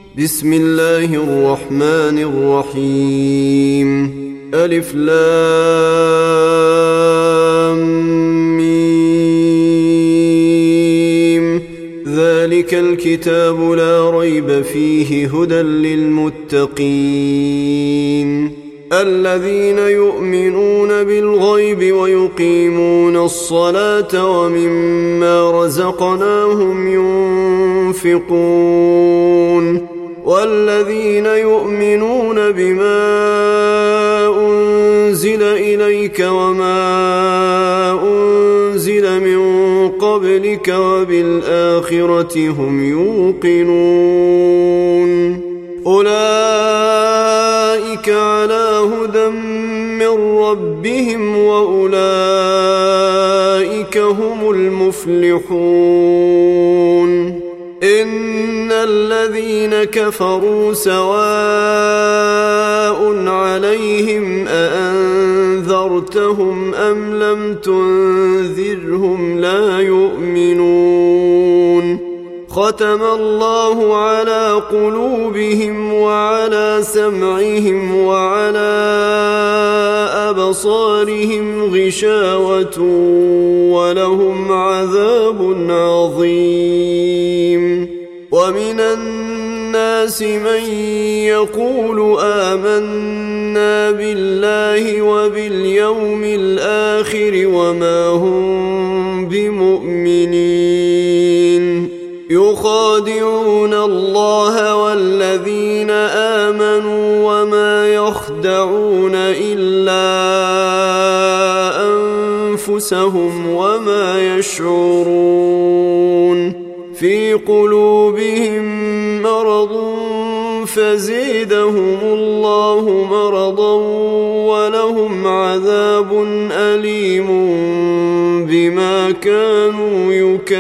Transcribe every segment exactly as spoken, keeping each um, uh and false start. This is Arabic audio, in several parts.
بسم الله الرحمن الرحيم ألف لام ميم ذلك الكتاب لا ريب فيه هدى للمتقين الذين يؤمنون بالغيب ويقيمون الصلاة ومما رزقناهم ينفقون والذين يؤمنون بما أنزل إليك وما أنزل من قبلك وبالآخرة هم يوقنون أولئك على هدى من ربهم وأولئك هم المفلحون إن الذين كفروا سواء عليهم أأنذرتهم أم لم تنذرهم لا يؤمنون ختم الله على قلوبهم وعلى سمعهم وعلى أبصارهم غشاوة ولهم عذاب عظيم ومن الناس من يقول آمنا بالله وباليوم الآخر وما هم بمؤمنين يخادعون الله والذين آمنوا وما يخدعون إلا أنفسهم وما يشعرون في قلوبهم مرض فزيدهم الله مرضا ولهم عذاب أليم بما كانوا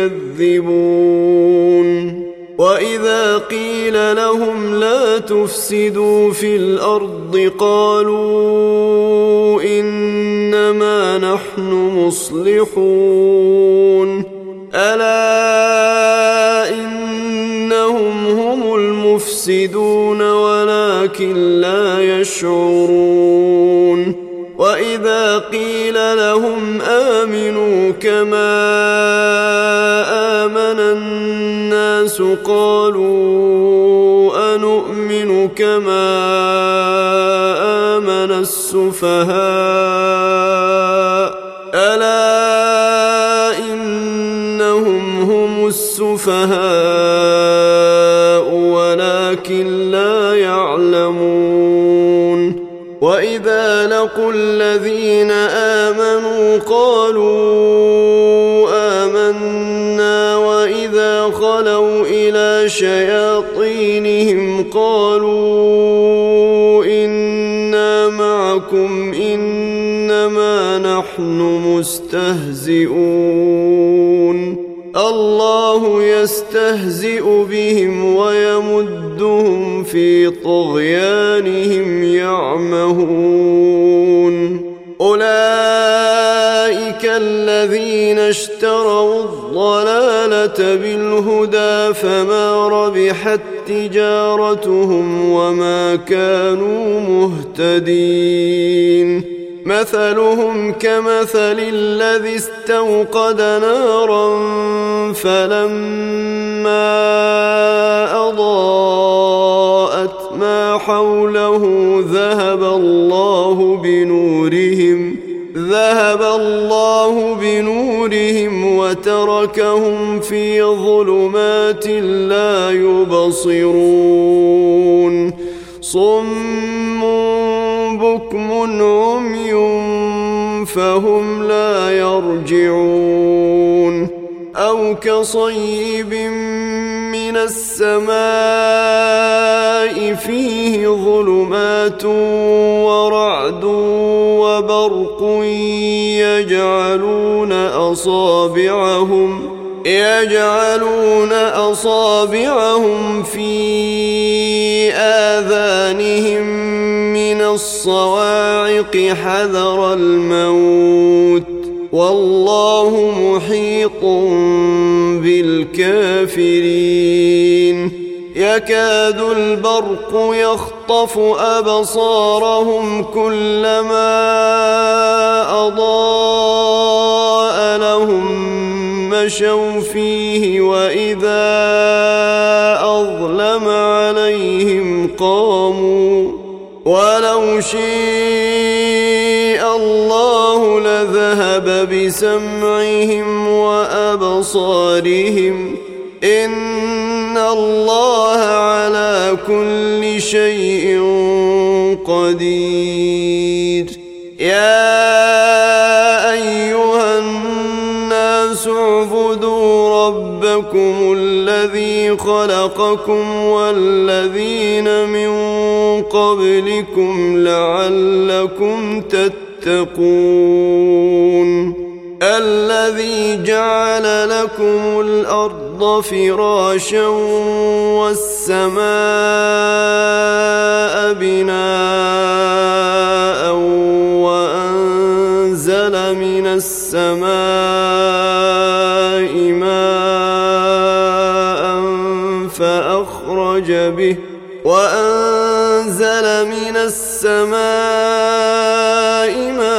يكذبون وإذا قيل لهم لا تفسدوا في الأرض قالوا إنما نحن مصلحون ألا إنهم هم المفسدون ولكن لا يشعرون وإذا قيل لهم آمنوا كما آمن الناس قالوا أنؤمن كما آمن السفهاء ألا إنهم هم السفهاء ولكن لا يعلمون وإذا لقوا الذين آمنوا قالوا آمنا وإذا خلوا إلى شياطينهم قالوا إنا معكم إنما نحن مستهزئون الله يستهزئ بهم ويمدهم في طغيانهم يعمهون أولئك الذين اشتروا الضلالة بالهدى فما ربحت تجارتهم وما كانوا مهتدين مثلهم كمثل الذي استوقد نارا فلما أضاءت ما حوله ذهب الله بنورهم ذهب الله بنورهم وتركهم في ظلمات لا يبصرون صم بكم عمي فهم لا يرجعون أو كصيب من السماء فيه ظلمات ورعد وبرق يجعلون أصابعهم يجعلون أصابعهم في آذانهم من الصواعق حذر الموت والله محيط بالكافرين يكاد البرق يخطف أبصارهم كلما أضاء لهم مشوا فيه وإذا أظلم عليهم قاموا ولو شاء الله لذهب بسمعهم وأبصارهم إن الله على كل شيء قدير يا أيها الناس اعبدوا ربكم الذي خلقكم والذين من قبلكم لعلكم تتقون الذي جعل لكم الأرض فراشا والسماء بناء وأنزل من السماء ماء فأخرج به وأنزل من السماء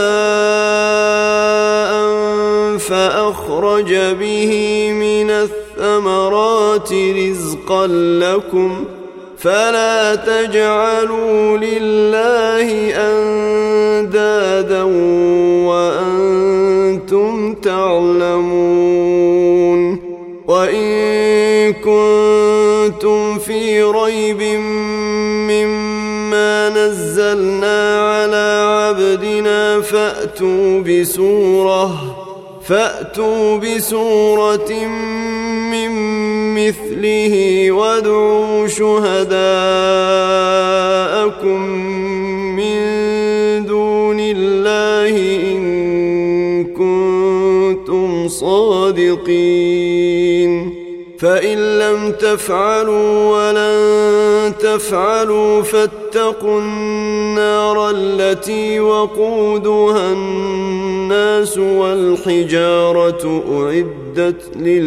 ماء فأخرج به من الثمرات رزقا لكم فلا تجعلوا لله أندادا وأنتم تعلمون وإن كنتم في ريب مما نزلنا على عبدنا فأتوا بسورة فأتوا بسورة من مثله وادعوا شهداءكم من دون الله إن كنتم صادقين فإن لم تفعلوا ولن تفعلوا فاتقوا النار التي وقودها الناس والحجارة أعدت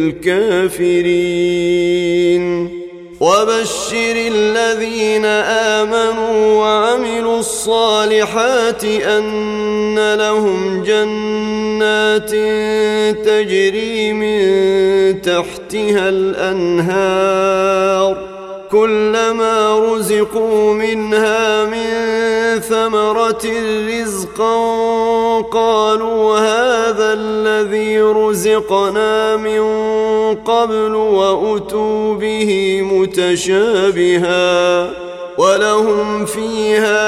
للكافرين وبشر الذين آمنوا وعملوا الصالحات أن لهم جنات تجري من تحتها الأنهار كلما رزقوا منها من ثمرة رزقا قالوا هذا الذي رزقنا من قبل وأتوا به متشابها ولهم فيها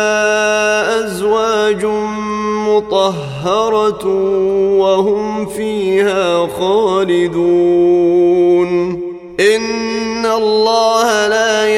أزواج مطهرة وهم فيها خالدون إن الله لا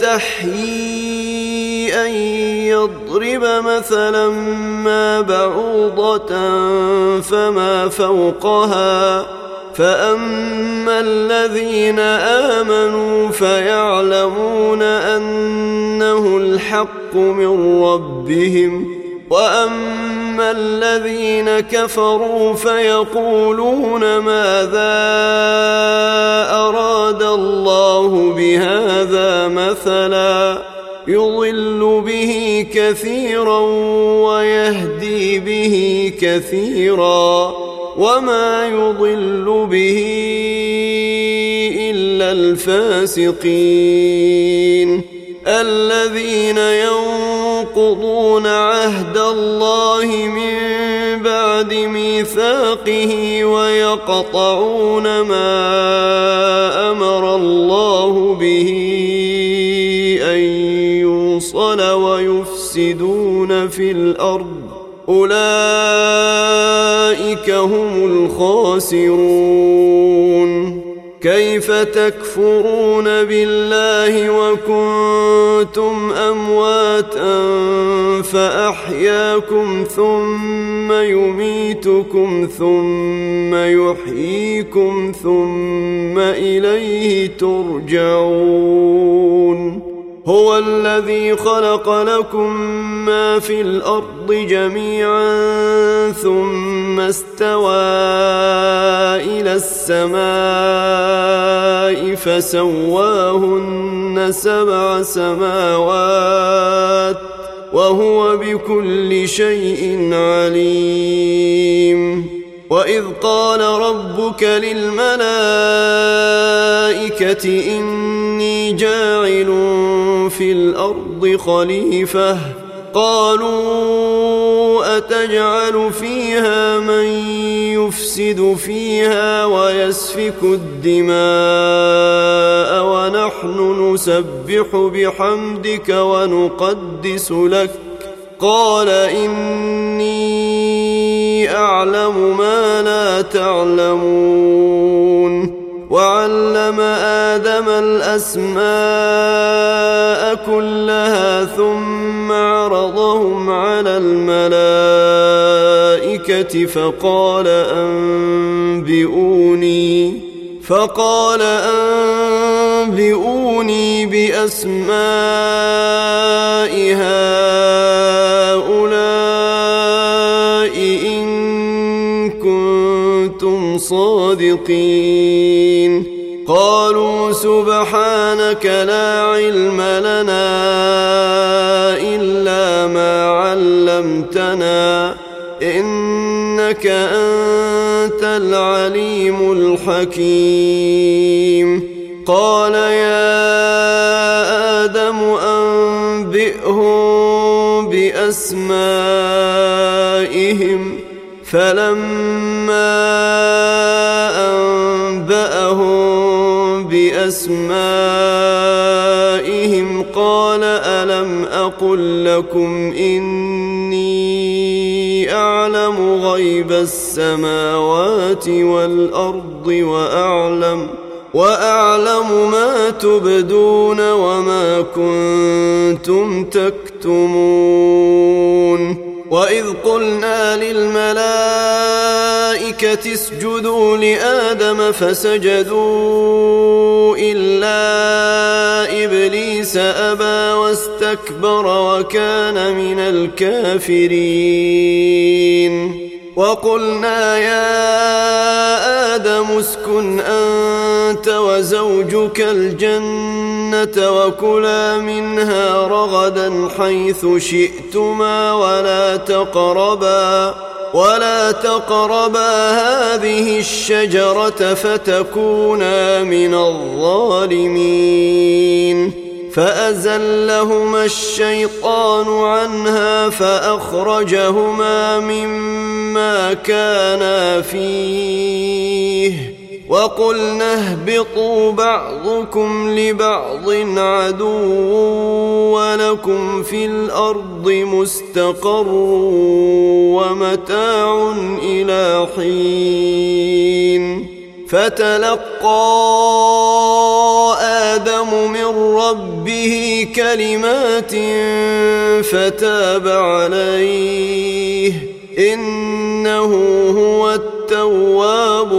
يستحيي أن يضرب مثلا ما بعوضة فما فوقها فأما الذين آمنوا فيعلمون أنه الحق من ربهم وأما الذين كفروا فيقولون ماذا أراد الله بهذا مثلا يضل به كثيرا ويهدي به كثيرا وما يضل به إلا الفاسقين الذين ينقضون عهد الله من بعد ميثاقه ويقطعون ما أمر الله به أن يوصل ويفسدون في الأرض أولئك هم الخاسرون كيف تكفرون بالله وكنتم أمواتا فأحياكم ثم يميتكم ثم يحييكم ثم إليه ترجعون هو الذي خلق لكم ما في الأرض جميعا ثم استوى إلى السماء فسواهن سبع سماوات وهو بكل شيء عليم. وإذ قال ربك للملائكة إني جاعل في الأرض خليفة قالوا أتجعل فيها من يفسد فيها ويسفك الدماء ونحن نسبح بحمدك ونقدس لك قال إني أعلم ما لا تعلمون. وعلم آدم الأسماء كلها ثم عرضهم على الملائكة فقال أنبئوني فقال أنبئوني بأسماء هؤلاء إن كنتم صادقين. قالوا سبحانك لا علم لنا إلا ما علمتنا إنك أنت العليم الحكيم. قال يا آدم أنبئهم بأسمائهم فلما أنبأهم بأسمائهم قال ألم أقل لكم إني أعلم غيب السماوات والأرض وأعلم وأعلم ما تبدون وما كنتم تكتمون. وإذ قلنا للملائكة اسجدوا لآدم فسجدوا إلا إبليس أبى واستكبر وكان من الكافرين. وقلنا يا آدم اسكن أنت وزوجك الجنة وكلا منها رغدا حيث شئتما ولا تقربا ولا تقربا هذه الشجرة فتكونا من الظالمين. فأزلهما الشيطان عنها فأخرجهما مما كانا فيه وقلنا اهبطوا بعضكم لبعض عدو ولكم في الأرض مستقر ومتاع إلى حين. فتلقى آدم من ربه كلمات فتاب عليه إنه هو التواب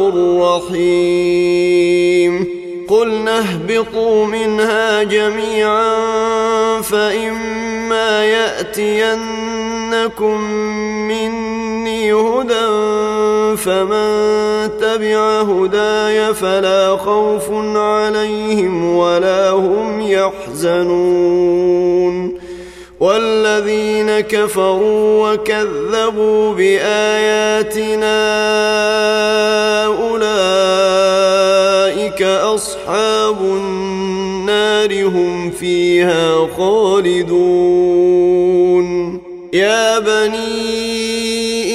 الرحيم. قلنا اهبطوا منها جميعا فإما يأتينكم مني هدى فمن تبع هداي فلا خوف عليهم ولا هم يحزنون. والذين كفروا وكذبوا بآياتنا أولئك أصحاب النار هم فيها خالدون. يا بني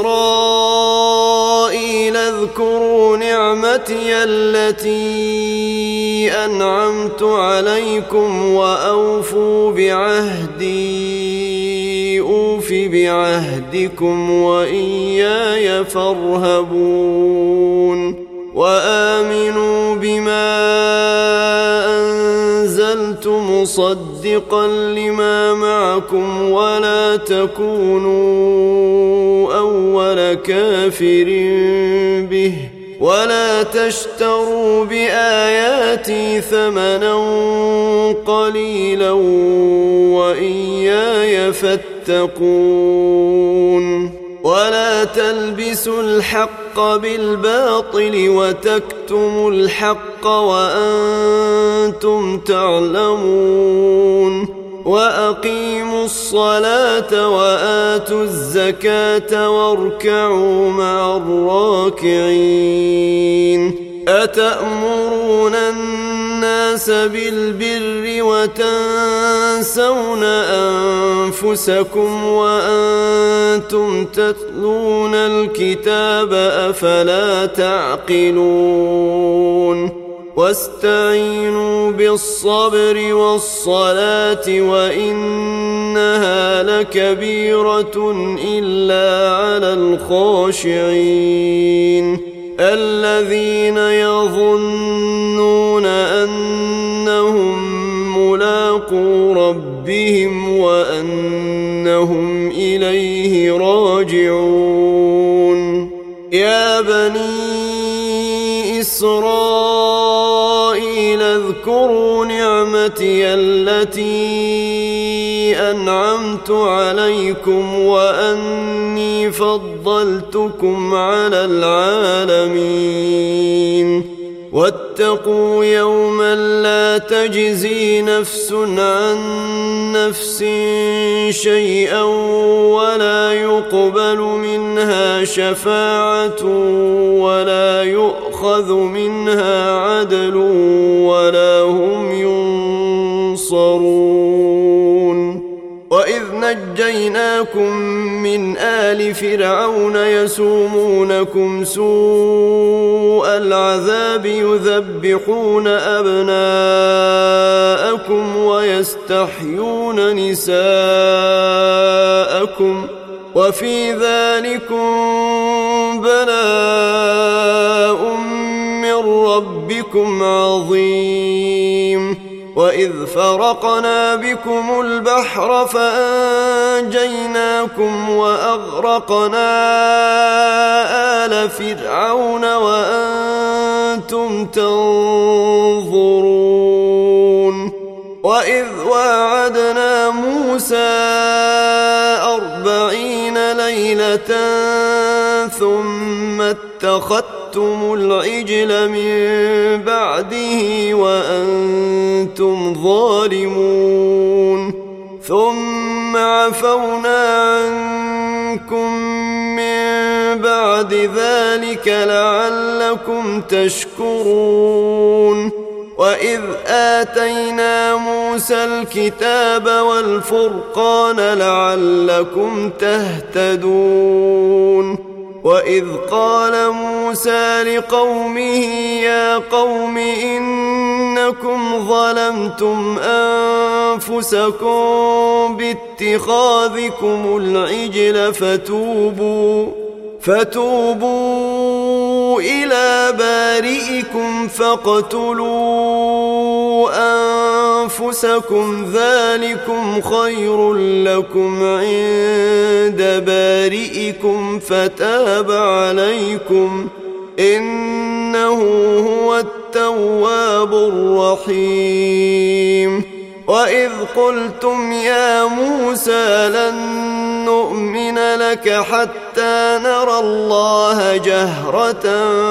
إسرائيل اذكروا نعمتي التي أنعمت عليكم وأوفوا بعهدي أوف بعهدكم وإياي فارهبون. وآمنوا بما أنزلت مصدقا لما معكم ولا تكونوا أول كافر به ولا تشتروا بآياتي ثمنا قليلا وإياي فاتقون ولا تلبسوا الحق بالباطل وتكتموا الحق وأنتم تعلمون وأقيموا الصلاة وآتوا الزكاة واركعوا مع الراكعين أتأمرون الناس بالبر وتنسون أنفسكم وأنتم تتلون الكتاب أفلا تعقلون واستعينوا بالصبر والصلاة وإنها لكبيرة إلا على الخاشعين الذين يظنون أنهم ملاقو ربهم وأنهم إليه راجعون يا بني إسرائيل اذكروا نعمتي التي أنعمت عليكم وأني فضلتكم على العالمين واتقوا يوما لا تجزي نفس عن نفس شيئا ولا يقبل منها شفاعة ولا يؤخذ منها عدل ولا هم ينصرون وإذ نجيناكم من آل فرعون يسومونكم سوء العذاب يذبحون أبناءكم ويستحيون نساءكم وفي ذلكم بلاء من ربكم عظيم وإذ فرقنا بكم البحر فأنجيناكم وأغرقنا آل فرعون وأنتم تنظرون وإذ واعدنا موسى أربعين ليلة ثم اتخذتم العجل من بعده وأنتم ظالمون ثم عفونا عنكم من بعد ذلك لعلكم تشكرون وإذ آتينا موسى الكتاب والفرقان لعلكم تهتدون وإذ قال موسى لقومه يا قوم إنكم ظلمتم أنفسكم باتخاذكم العجل فتوبوا فتوبوا إلى بارئكم فاقتلوا أنفسكم ذلكم خير لكم عند بارئكم فتاب عليكم إنه هو التواب الرحيم وإذ قلتم يا موسى لن نؤمن لك حتى نرى الله جهرة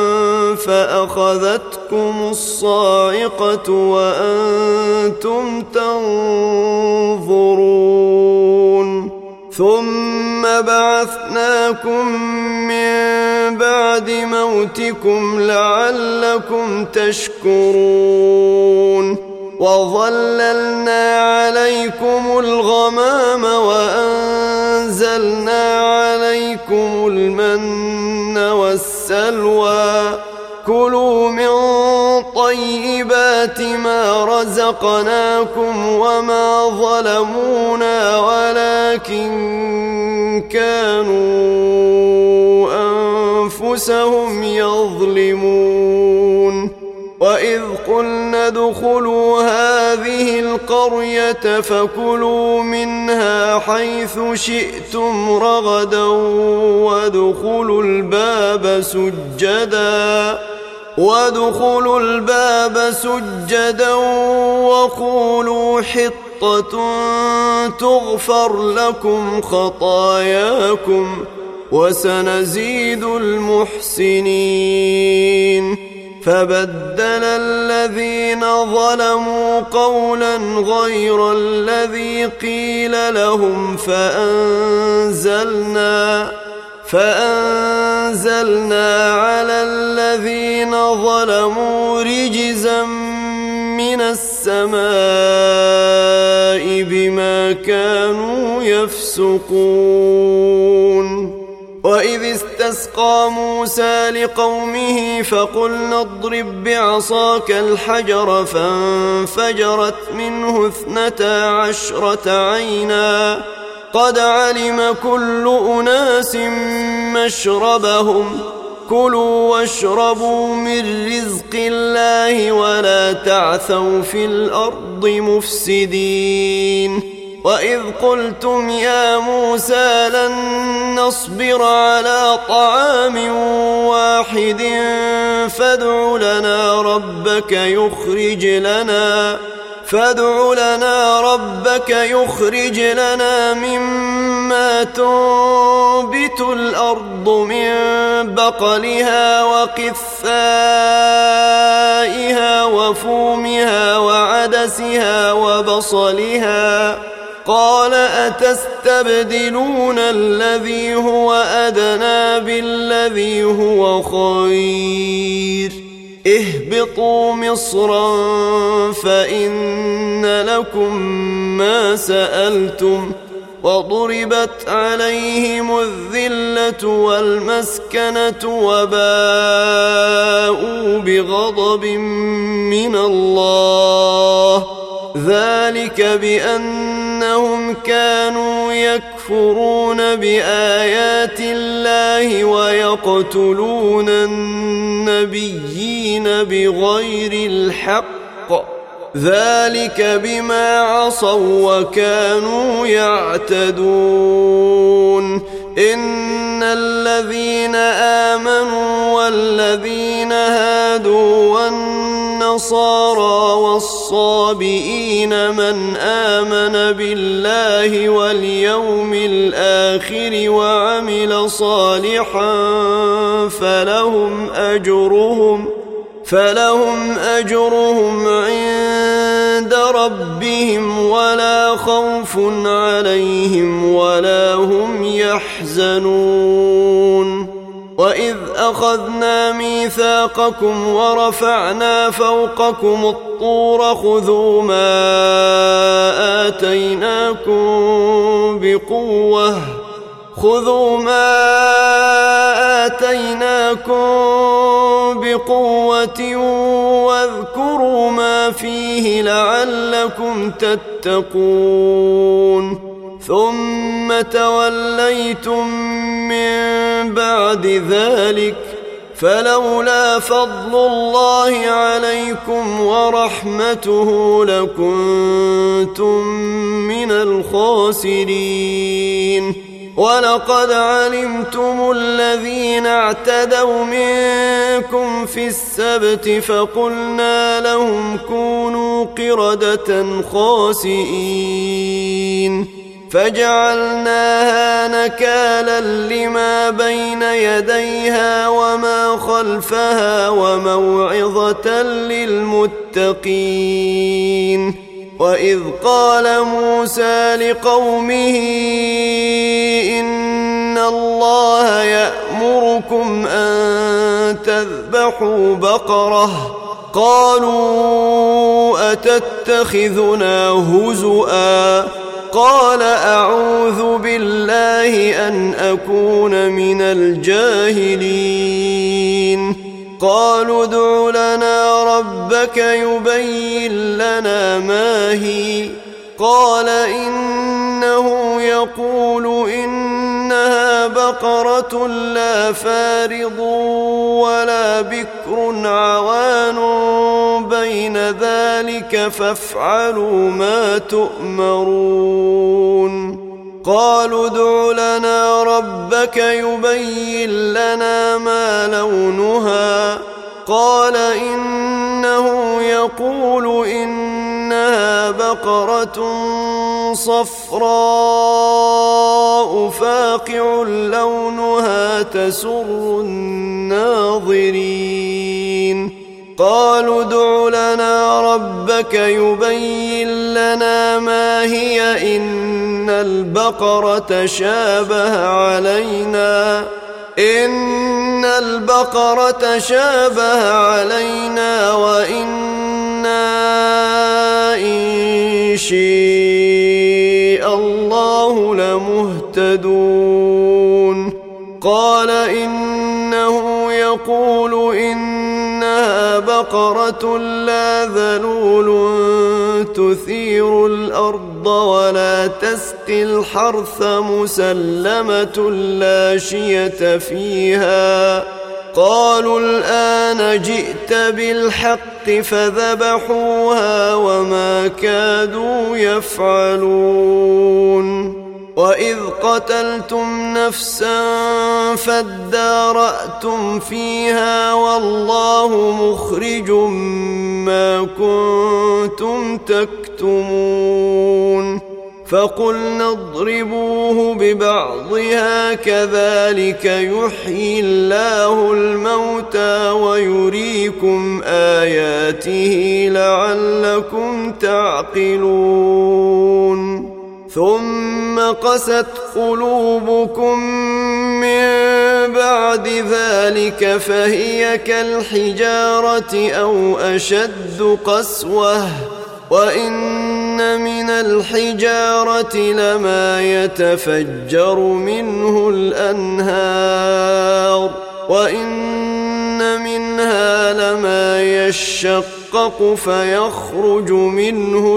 فأخذتكم الصاعقة وأنتم تنظرون ثم بعثناكم من بعد موتكم لعلكم تشكرون وظللنا عليكم الغمام وأنزلنا عليكم المن والسلوى كلوا من طيبات ما رزقناكم وما ظلمونا ولكن كانوا أنفسهم يظلمون وإذ قلنا ادخلوا هذه القرية فكلوا منها حيث شئتم رغدا وادخلوا الباب سجدا وادخلوا الباب سجدا وقولوا حطة تغفر لكم خطاياكم وسنزيد المحسنين فبدل الذين ظلموا قولا غير الذي قيل لهم فأنزلنا فأنزلنا على الذين ظلموا رجزا من السماء بما كانوا يفسقون وإذ استسقى موسى لقومه فقلنا اضرب بعصاك الحجر فانفجرت منه اثنتا عشرة عينا قد علم كل أناس مشربهم كلوا واشربوا من رزق الله ولا تعثوا في الأرض مفسدين وإذ قلتم يا موسى لن نصبر على طعام واحد فادع لنا ربك يخرج لنا فادع لنا ربك يخرج لنا مما تنبت الأرض من بقلها وقثائها وفومها وعدسها وبصلها قال أتستبدلون الذي هو أدنى بالذي هو خير اهبطوا مصرا فإن لكم ما سألتم وضربت عليهم الذلة والمسكنة وباءوا بغضب من الله ذلك بأنهم كانوا يكفرون بآيات الله ويقتلون النبيين بغير الحق ذلك بما عصوا وكانوا يعتدون إن الذين آمنوا والذين هادوا والنصارى والصابئين من آمن بالله واليوم الآخر وعمل صالحا فلهم أجرهم فلهم أجرهم عند ربهم ولا خوف عليهم ولا هم يحزنون وإذ أخذنا ميثاقكم ورفعنا فوقكم الطور خذوا ما آتيناكم بقوة خذوا ما آتيناكم بقوة واذكروا ما فيه لعلكم تتقون ثم توليتم من بعد ذلك فلولا فضل الله عليكم ورحمته لكنتم من الخاسرين ولقد علمتم الذين اعتدوا منكم في السبت فقلنا لهم كونوا قردة خاسئين فجعلناها نكالا لما بين يديها وما خلفها وموعظة للمتقين وإذ قال موسى لقومه إن الله يأمركم أن تذبحوا بقرة قالوا أتتخذنا هزؤا قال أعوذ بالله أن أكون من الجاهلين قالوا ادع لنا ربك يبين لنا ما هي قال إنه يقول إنها إنها بقرة لا فارض ولا بكر عوان بين ذلك فافعلوا ما تؤمرون قالوا ادع لنا ربك يبين لنا ما لونها قال إنه يقول إنها بقرة صفراء فاقع لونها تسر الناظرين قالوا ادع لنا ربك يبين لنا ما هي إن البقرة شابه علينا إن البقرة شابه علينا وإنا إن شاء الله لمهتدون قال إنه يقول إنها بقرة لا ذلول تثير الأرض ولا تسقي الحرث مسلمة لا شية فيها قالوا الآن جئت بالحق فذبحوها وما كادوا يفعلون وإذ قتلتم نفسا فادارأتم فيها والله مخرج ما كنتم تكتمون فقلنا اضربوه ببعضها كذلك يحيي الله الموتى ويريكم آياته لعلكم تعقلون ثم قست قلوبكم من بعد ذلك فهي كالحجارة أو أشد قسوة وإن من الحجارة لما يتفجر منه الأنهار وإن منها لما يشقق فيخرج منه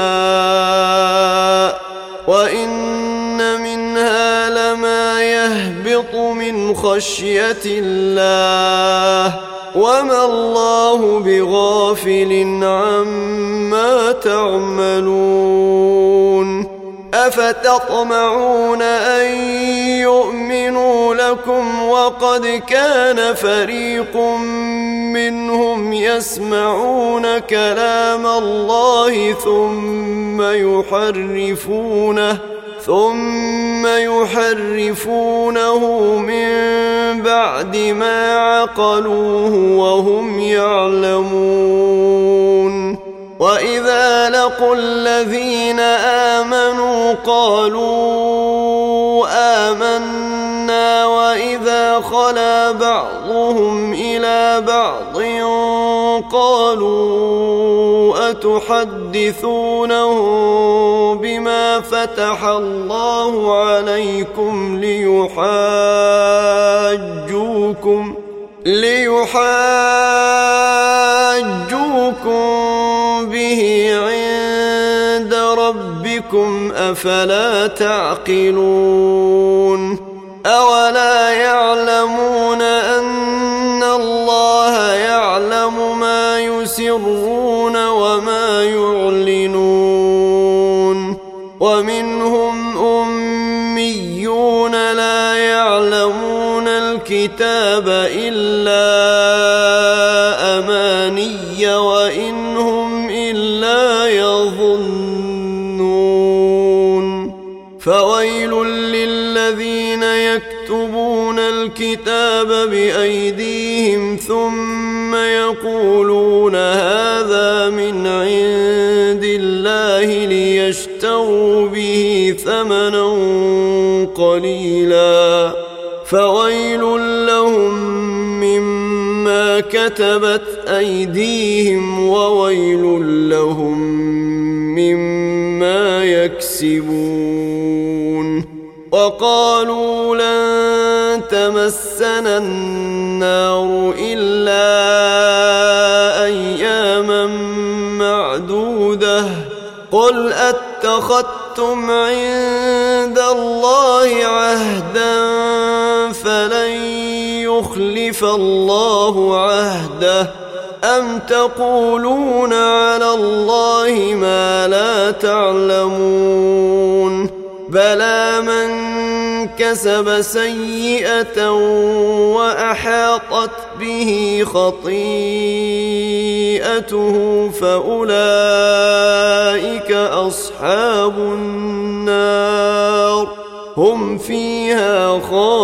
الماء وإن منها لما يهبط من خشية الله وما الله بغافل عما تعملون أفتطمعون أن يؤمنوا لكم وقد كان فريق منهم يسمعون كلام الله ثم يحرفونه ثم يحرفونه من بعد ما عقلوه وهم يعلمون وإذا لقوا الذين آمنوا قالوا آمنا وإذا خلا بعضهم إلى بعض قالوا أتحدثونهم بما فتح الله عليكم ليحاجوكم ليحاجوكم به عند ربكم أفلا تعقلون أولا يعلمون أن الله يعلم ما يسرون وما يعلنون ومنهم أميون لا يعلمون الكتاب إلا أماني وإن هم إلا يظنون فويل للذين يكتبون الكتاب بأيديهم ثم يقولون هذا من عند الله ليشتروا به ثمنا قليلا فويل لهم مما كتبت أيديهم وويل لهم مما يكسبون وقالوا لن تمسنا النار إلا أياما معدودة قل أتخذتم عاهدتم عند الله عهدا فلن يخلف الله عهده أم تقولون على الله ما لا تعلمون بلى من كسب سيئة وأحاطت به خطيئته فأولئك أصحاب النار هم فيها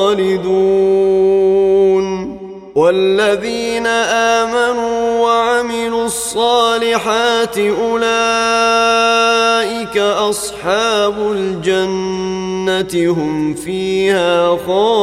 خالدون والذين آمنوا وعملوا الصالحات أولئك أصحاب الجنة هم فيها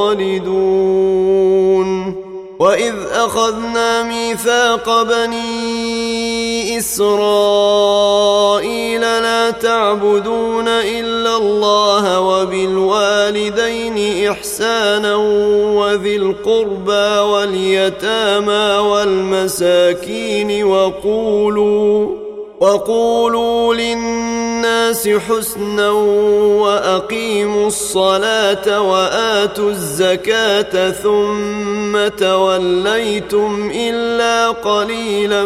خالدون وإذ أخذنا ميثاق بني إسرائيل لا تعبدون إلا الله وبالوالدين إحسانا وذي القربى واليتامى والمساكين وقولوا وقولوا للناس حسنا وأقيموا الصلاة وآتوا الزكاة ثم توليتم إلا قليلا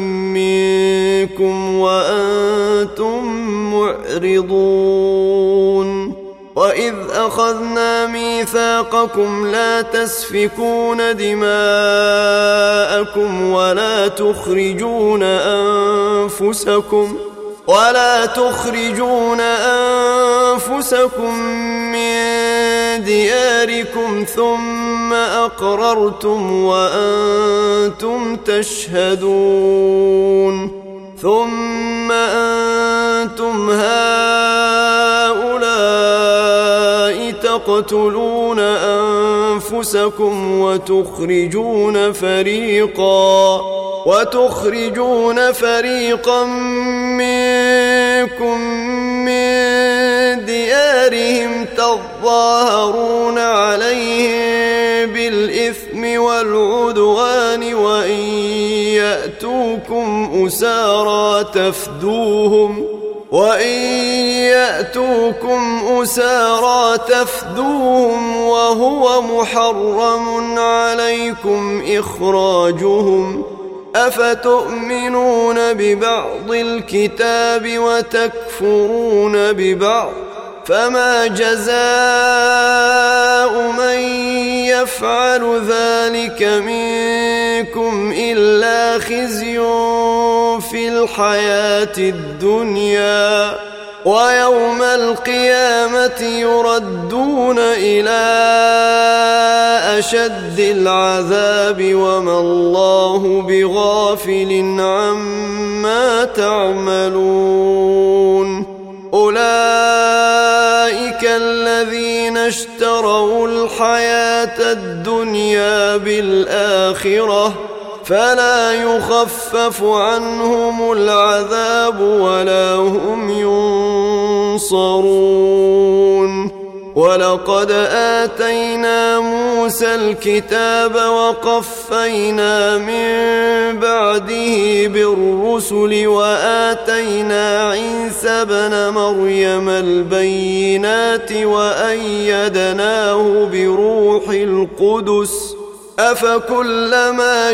منكم وأنتم معرضون وإذ أخذنا ميثاقكم لا تسفكون دماءكم ولا تخرجون أنفسكم ولا تخرجون أنفسكم من دياركم ثم أقررتم وأنتم تشهدون ثم أنتم هؤلاء تقتلون أنفسكم وتخرجون فريقا وتخرجون فريقا منكم من ديارهم تظاهرون عليهم بالإثم والعدوان وإن يأتوكم أسارى تفدوهم وإن يأتوكم أسارى تفدوهم وهو محرم عليكم إخراجهم أفتؤمنون ببعض الكتاب وتكفرون ببعض فما جزاء من يفعل ذلك منكم إلا خزي في الحياة الدنيا ويوم القيامة يردون إلى أشد العذاب وما الله بغافل عما تعملون أولئك الذين اشتروا الحياة الدنيا بالآخرة فلا يخفف عنهم العذاب ولا هم ينصرون ولقد آتينا موسى الكتاب وقفينا من بعده بالرسل وآتينا عيسى بن مريم البينات وأيدناه بروح القدس أفكلما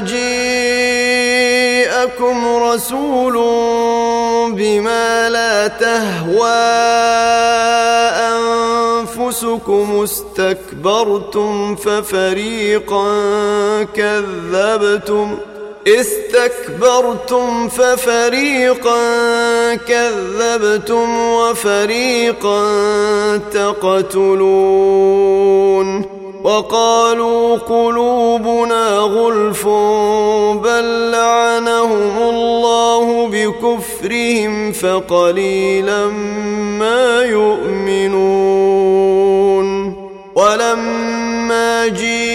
جاءكم رسول بما لا تهوى أنفسكم استكبرتم ففريقا كذبتم استكبرتم ففريقا كذبتم وفريقا تقتلون وقالوا قلوبنا غلف بل لعنهم الله بكفرهم فقليلا ما يؤمنون ولما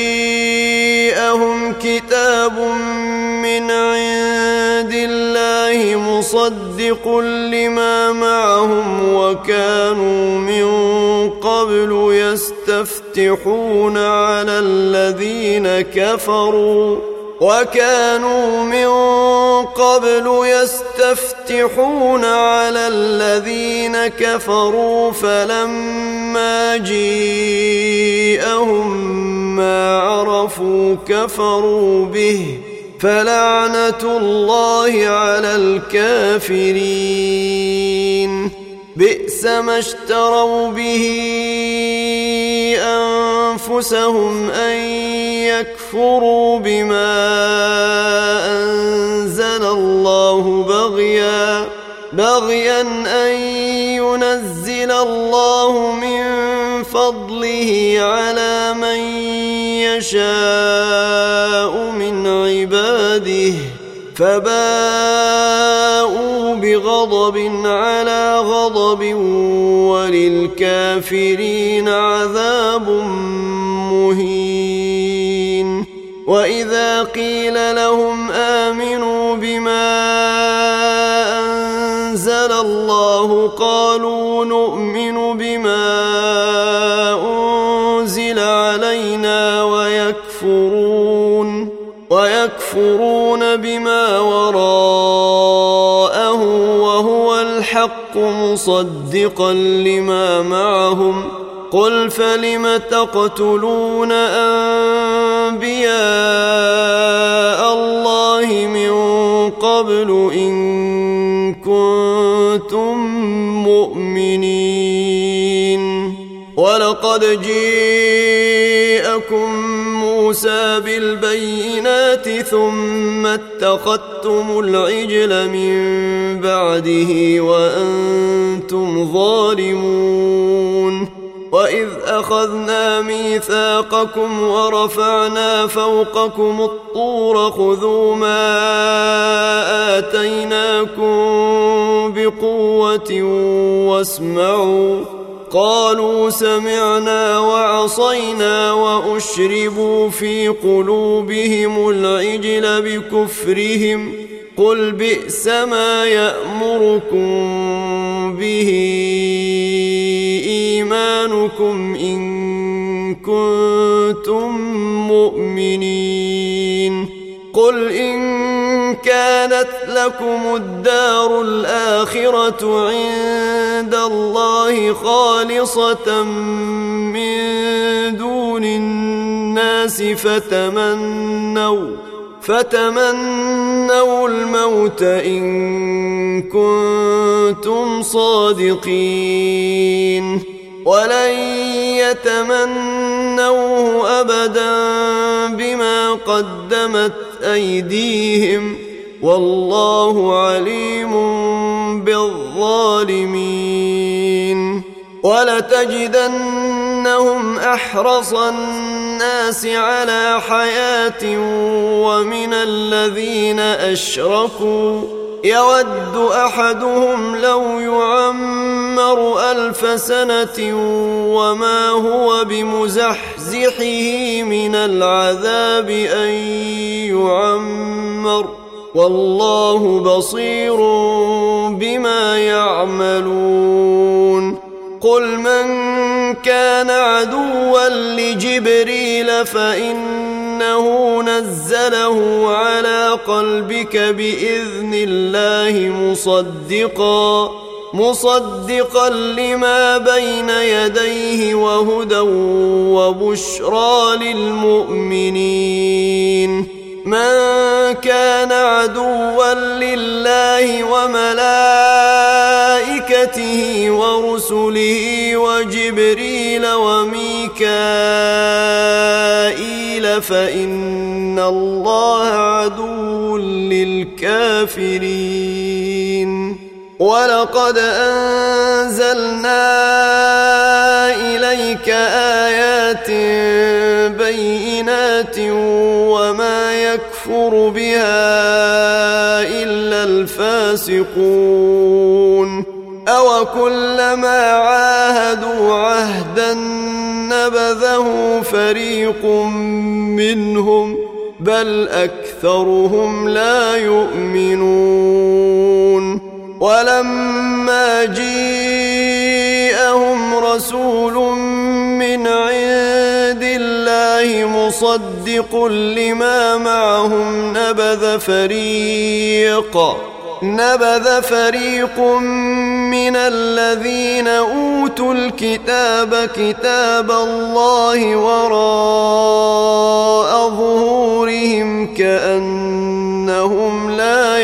جاءهم كتاب من عند الله مصدق لما معهم وكانوا من قبل يستفتحون على الذين كفروا وكانوا من قبل يستفتحون يستفتحون على الذين كفروا فلما جيءهم ما عرفوا كفروا به فلعنة الله على الكافرين بئس ما اشتروا به أنفسهم أن يكفروا بما أنزل الله بغيا بغيا أن ينزل الله من فضله على من يشاء من عباده فباءوا بغضب على غضب وللكافرين عذاب مهين وإذا قيل لهم آمنوا بما أنزل الله قالوا نؤمن بما أنزل علينا ويكفرون ويكفرون بما وراءه وهو الحق مصدقا لما معهم قل فلم تقتلون أنبياء الله من قبل إن كنتم مؤمنين ولقد جاءكم موسى بالبينات ثم اتخذتم العجل من بعده وأنتم ظالمون وإذ أخذنا ميثاقكم ورفعنا فوقكم الطور خذوا ما آتيناكم بقوة واسمعوا قالوا سمعنا وعصينا وأشربوا في قلوبهم العجل بكفرهم قل بئس ما يأمركم به إيمانكم إن كنتم مؤمنين قل إن كانت لكم الدار الآخرة عند الله خالصة من دون الناس فتمنوا فتمنوا الموت إن كنتم صادقين ولن يتمنوه أبدا بما قدمت أيديهم والله عليم بالظالمين ولتجدنهم أحرص الناس على حياة ومن الذين أشركوا يود أحدهم لو يعمر ألف سنة وما هو بمزحزحه من العذاب أن يعمر والله بصير بما يعملون قل من كان عدوا لجبريل فإنه نزله على قلبك بإذن الله مصدقا مصدقا لما بين يديه وهدى وبشرى للمؤمنين من كان عدوا لله وملائكته ورسله وجبريل وميكائيل فإن الله عدو للكافرين ولقد أنزلنا إليك آيات بينات وما يكفر بها إلا الفاسقون أو كلما عاهدوا عهدا نبذه فريق منهم بل أكثرهم لا يؤمنون ولما جاءهم رسول من عند الله مصدق لما معهم نبذ فريق نبذ فريق من الذين أوتوا الكتاب كتاب الله وراء ظهورهم كأنهم لا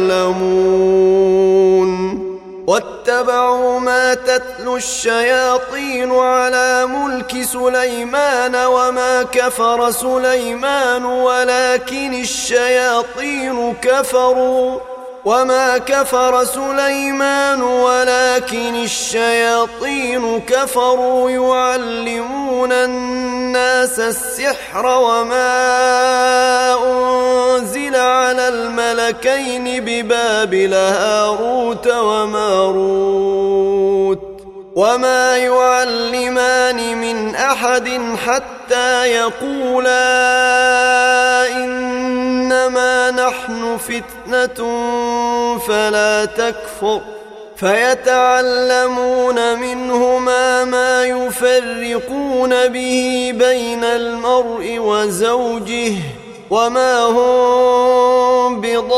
يعلمون واتبعوا ما تتلو الشياطين على ملك سليمان وما كفر سليمان ولكن الشياطين كفروا وما كفر سليمان ولكن الشياطين كفروا يعلمون الناس السحر وما أنزل على الملكين ببابل هاروت وماروت وما يعلمان من أحد حتى يقولا إنما نحن فتنة فلا تكفر فيتعلمون منهما ما يفرقون به بين المرء وزوجه وما هم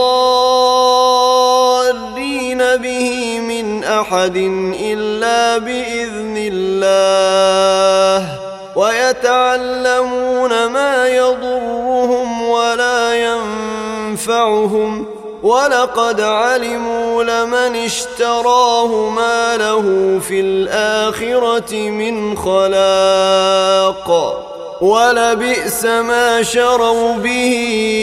بضارين به من أحد إلا بإذن الله ويتعلمون ما يضرهم ولا ينفعهم ولقد علموا لمن اشتراه ما له في الآخرة من خلاق ولبئس ما شروا به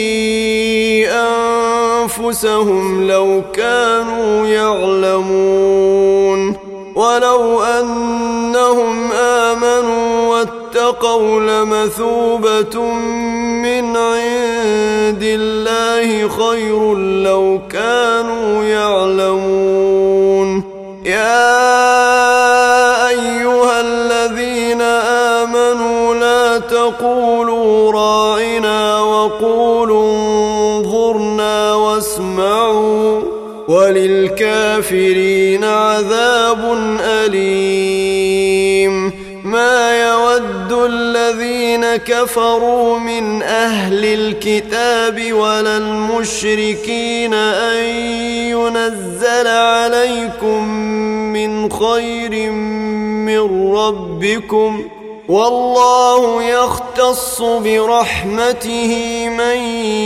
أنفسهم لو كانوا يعلمون ولو أنهم آمنوا واتقوا لمثوبة من عند الله خير لو كانوا يعلمون يا أيها الذين آمنوا لا تقولوا راعنا وقولوا انظرنا واسمعوا وللكافرين عذاب أليم ما يود الذين كفروا من أهل الكتاب ولا المشركين أن ينزل عليكم من خير من ربكم والله يختص برحمته من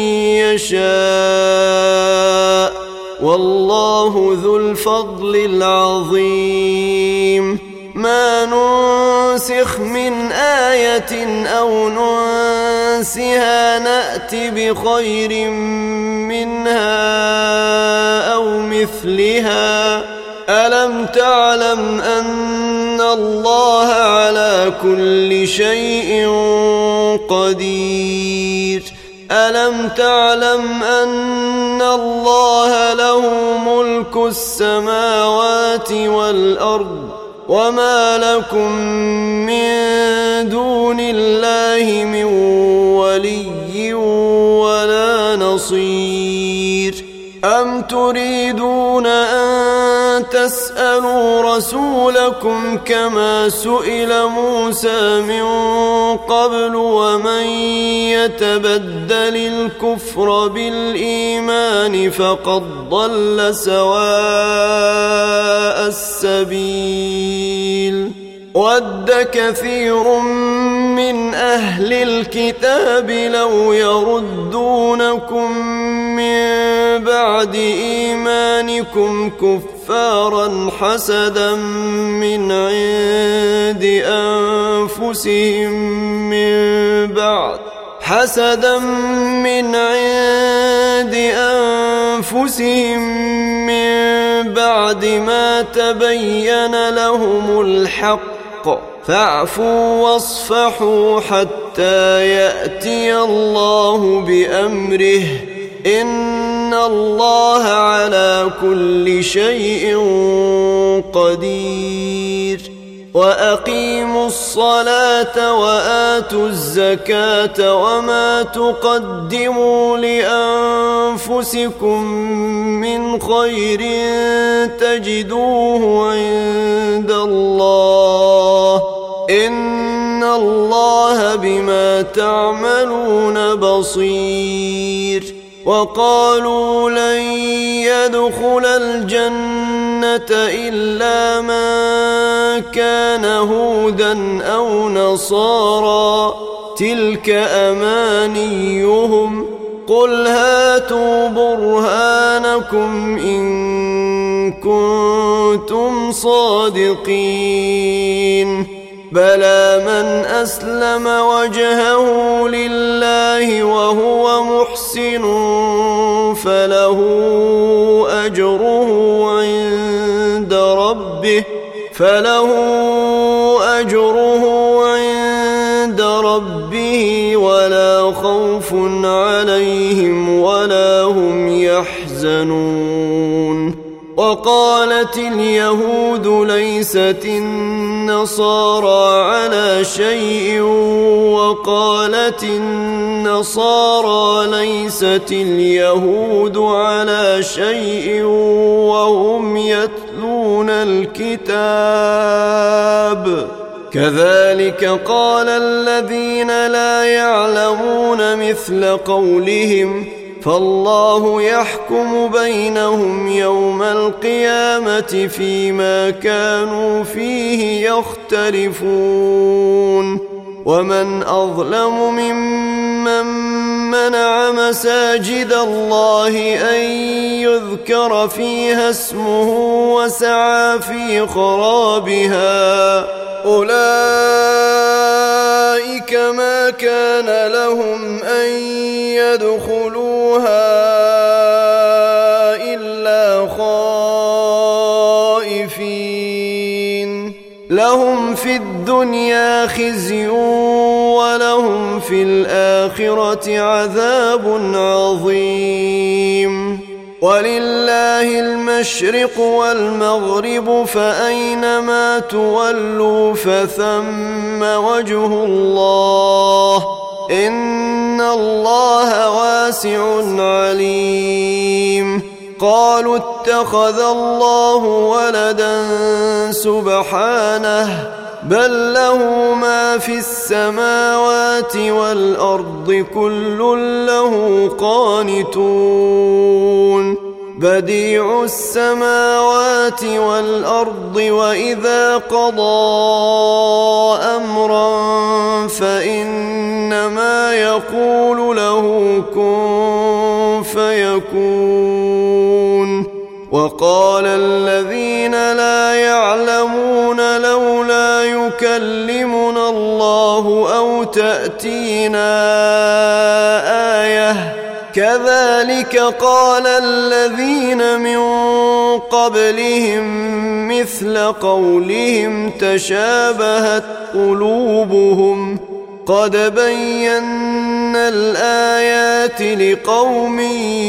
يشاء والله ذو الفضل العظيم ما ننسخ من آية أو ننسها نأت بخير منها أو مثلها ألم تعلم أن الله على كل شيء قدير ألم تعلم أن الله له ملك السماوات والأرض وما لكم من دون الله من ولي ولا نصير أم تريدون أن تسألوا رسولكم كما سئل موسى من قبل ومن يتبدل الكفر بالإيمان فقد ضل سواء السبيل ود كثير من أهل الكتاب لو يردونكم من بعد إيمانكم كفارا حسدا من عند أنفسهم من بعد حسدا من عند أنفسهم من بعد ما تبين لهم الحق فاعفوا واصفحوا حتى يأتي الله بأمره إن الله على كل شيء قدير وأقيموا الصلاة وآتوا الزكاة وما تقدموا لأنفسكم من خير تجدوه عند الله إن الله بما تعملون بصير وقالوا لن يدخل الجنة إلا من كان هودا أو نصارى تلك أمانيهم قل هاتوا برهانكم إن كنتم صادقين بلى من أسلم وجهه لله وهو محسن فله أجره عند ربه فله أجره عند ربه ولا خوف عليهم ولا هم يحزنون وقالت اليهود ليست النصارى على شيء وقالت النصارى ليست اليهود على شيء وهم يتلون الكتاب كذلك قال الذين لا يعلمون مثل قولهم فالله يحكم بينهم يوم القيامة فيما كانوا فيه يختلفون ومن أظلم ممن منع مساجد الله أن يذكر فيها اسمه وسعى في خرابها أولئك ما كان لهم أن يدخلوها إلا خائفين لهم في الدنيا خزي ولهم في الآخرة عذاب عظيم ولله المشرق والمغرب فأينما تولوا فثم وجه الله إن الله واسع عليم قالوا اتخذ الله ولدا سبحانه بل له ما في السماوات والأرض كل له قانتون بديع السماوات والأرض وإذا قضى أمرا فإنما يقول له كن فيكون وقال الذين لا يعلمون لولا يكلمنا الله أو تأتينا آية كذلك قال الذين من قبلهم مثل قولهم تشابهت قلوبهم قد بينا الآيات لقوم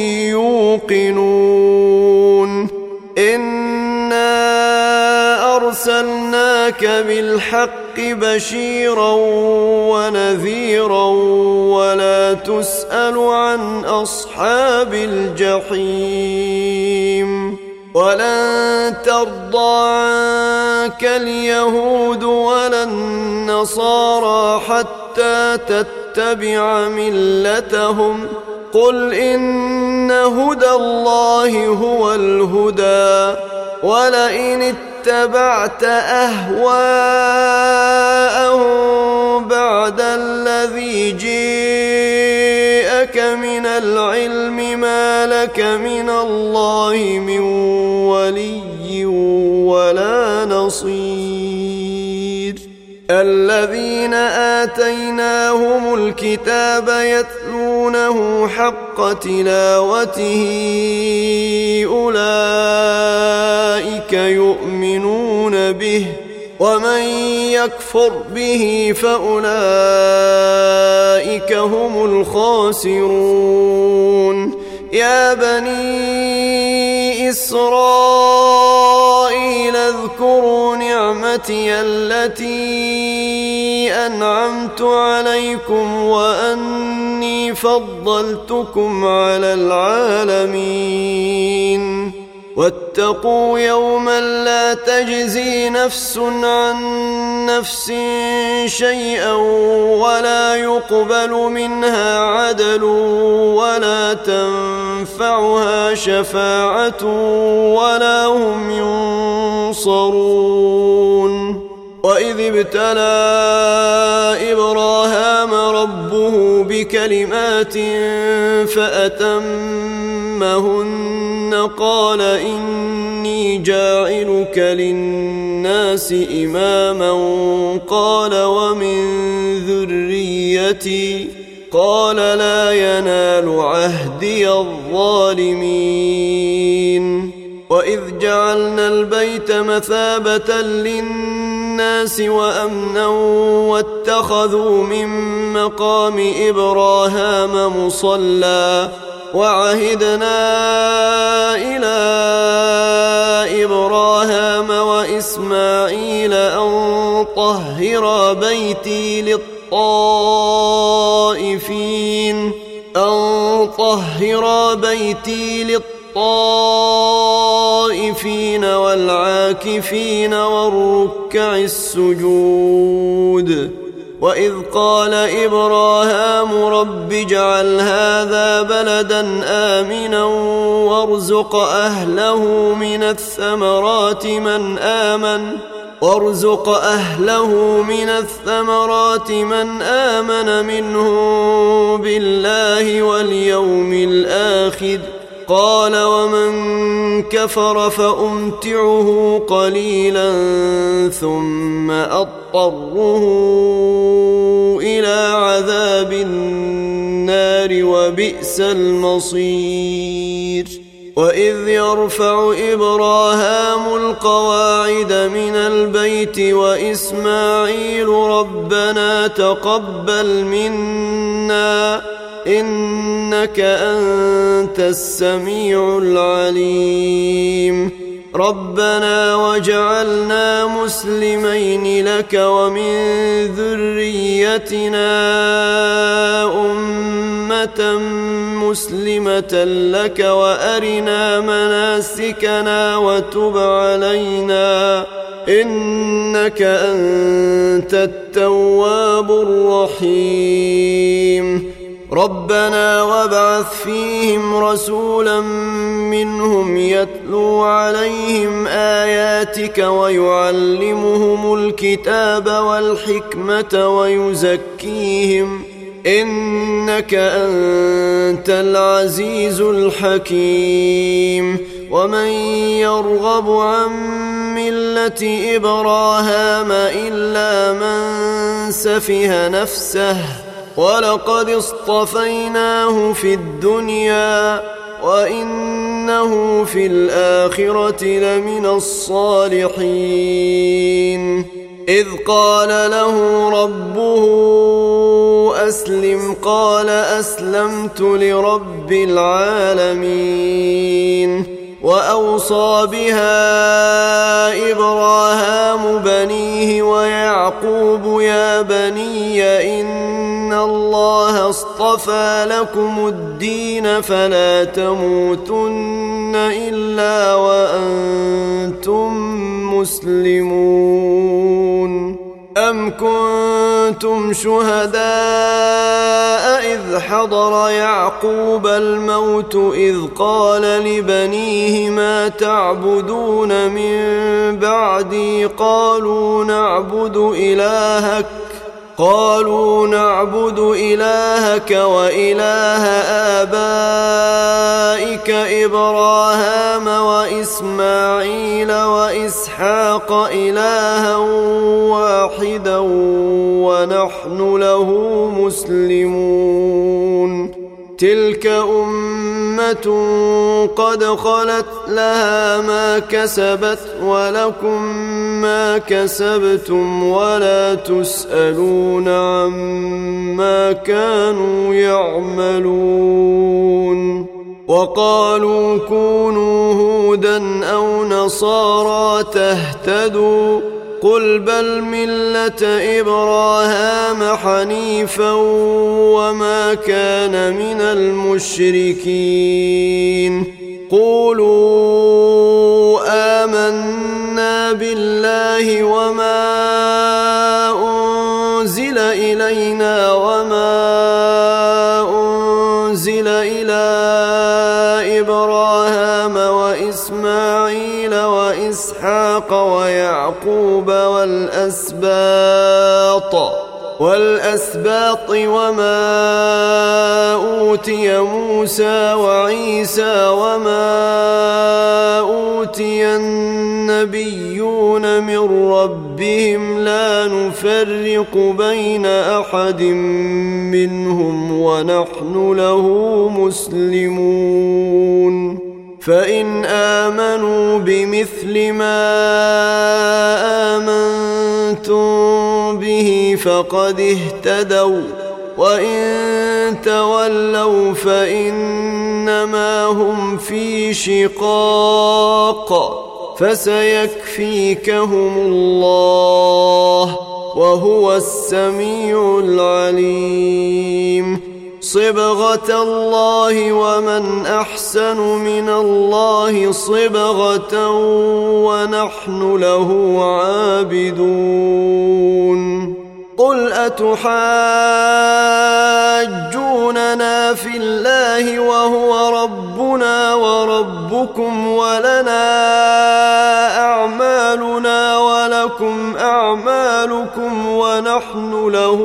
يوقنون إنا أرسلناك بالحق بشيرا ونذيرا ولا تسأل عن أصحاب الجحيم ولن ترضى عنك اليهود ولا النصارى حتى تتبع ملتهم قل إن هدى الله هو الهدى ولئن اتبعت أهواءهم بعد الذي جاءك من العلم ما لك من الله من ولي ولا نصير الذين آتيناهم الكتاب يتلونه حق تلاوته أولئك يؤمنون به ومن يكفر به فأولئك هم الخاسرون يا بني إسرائيل اذكروا نعمتي التي أنعمت عليكم وأني فضلتكم على العالمين واتقوا يوما لا تجزي نفس عن نفس شيئا ولا يقبل منها عدل ولا تنفعها شفاعة ولا هم ينصرون. وإذ ابتلى إبراهام ربه بكلمات فأتمهن قال إني جاعلك للناس إماما قال ومن ذريتي قال لا ينال عهدي الظالمين. وإذ جعلنا البيت مثابة للناس وأمنا واتخذوا من مقام إبراهام مصلى وعهدنا إلى إبراهام وإسماعيل أن طهرا بيتي للطائفين أن طهرا بيتي للطائفين والعاكفين والركع السجود. وإذ قال إبراهام رب اجعل هذا بلدا آمنا وارزق أهله من الثمرات من آمن وارزق أهله من الثمرات من آمن منهم بالله واليوم الآخر قال ومن كفر فأمتعه قليلا ثم أضطره إلى عذاب النار وبئس المصير. وإذ يرفع إبراهام القواعد من البيت وإسماعيل ربنا تقبل منا إنك أنت السميع العليم. ربنا واجعلنا مسلمين لك ومن ذريتنا أمة مسلمة لك وأرنا مناسكنا وتب علينا إنك أنت التواب الرحيم. ربنا وابعث فيهم رسولا منهم يتلو عليهم آياتك ويعلمهم الكتاب والحكمة ويزكيهم إنك أنت العزيز الحكيم. ومن يرغب عن ملة إبراهام إلا من سفه نفسه ولقد اصطفيناه في الدنيا وإنه في الآخرة لمن الصالحين. إذ قال له ربه أسلم قال أسلمت لرب العالمين. وأوصى بها إبراهام بنيه ويعقوب يا بني إن الله اصطفى لكم الدين فلا تموتن إلا وأنتم مسلمون. أم كنتم شهداء إذ حضر يعقوب الموت إذ قال لبنيه ما تعبدون من بعدي قالوا نعبد إلهك قالوا نعبد إلهك وإله آبائك إبراهام وإسماعيل وإسحاق إلها واحدا ونحن له مسلمون. تلك أمة قد خلت لها ما كسبت ولكم ما كسبتم ولا تسألون عما كانوا يعملون. وقالوا كونوا هودا أو نصارى تهتدوا قل بل ملة إبراهام حنيفا وما كان من المشركين. قولوا آمنا بالله وما أنزل إلينا وما أنزل إلى إبراهام وإسماعيل وإسحاق ويعقوب والأسباط والأسباط وما أوتي موسى وعيسى وما أوتي النبيون من ربهم لا نفرق بين أحد منهم ونحن له مسلمون فإن آمنوا بمثل ما آمنتم به فقد اهتدوا وإن تولوا فإنما هم في شقاق فسيكفيكهم الله وهو السميع العليم صبغة الله ومن أحسن من الله صبغة ونحن له عابدون قل أتحاجوننا في الله وهو ربنا وربكم ولنا أعمالنا ولكم أعمالكم ونحن له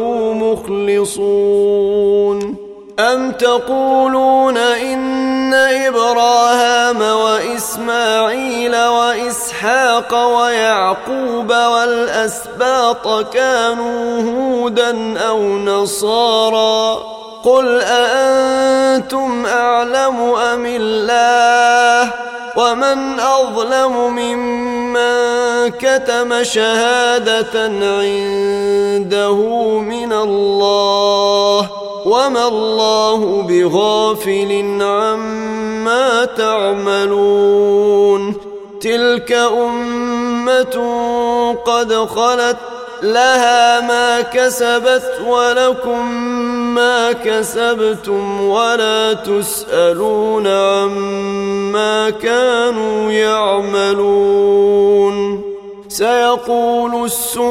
مخلصون أم تقولون إن إبراهام وإسماعيل وإسحاق ويعقوب والأسباط كانوا هودا أو نصارى قل أأنتم أعلم أم الله ومن أظلم ممن كتم شهادة عنده من الله وما الله بغافل عما تعملون تلك أمة قد خلت لها ما كسبت ولكم ما كسبتم ولا تسألون عما كانوا يعملون سيقول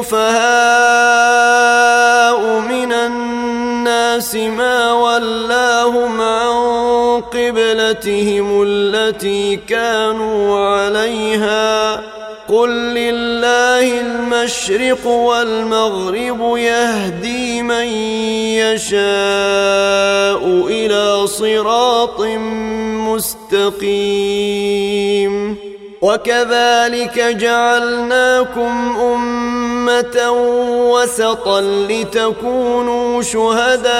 السفهاء من الناس ما ولاهم عن قبلتهم التي كانوا عليها قل لله المشرق والمغرب يهدي من يشاء إلى صراط مستقيم وكذلك جعلناكم أمة وسطا لتكونوا شهداء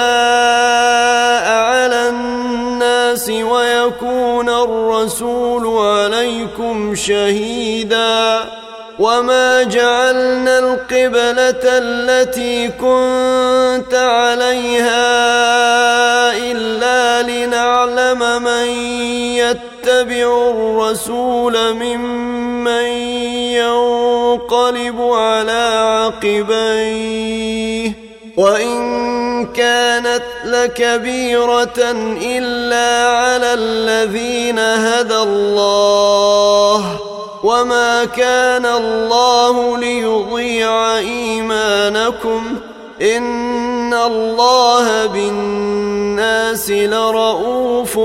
على الناس ويكون الرسول عليكم شهيدا وما جعلنا القبلة التي كنت عليها إلا لنعلم من يتبع الرسول ممن ينقلب على عقبيه وإن كانت لكبيرة إلا على الذين هدى الله وما كان الله ليضيع إيمانكم إن الله بالناس لرؤوف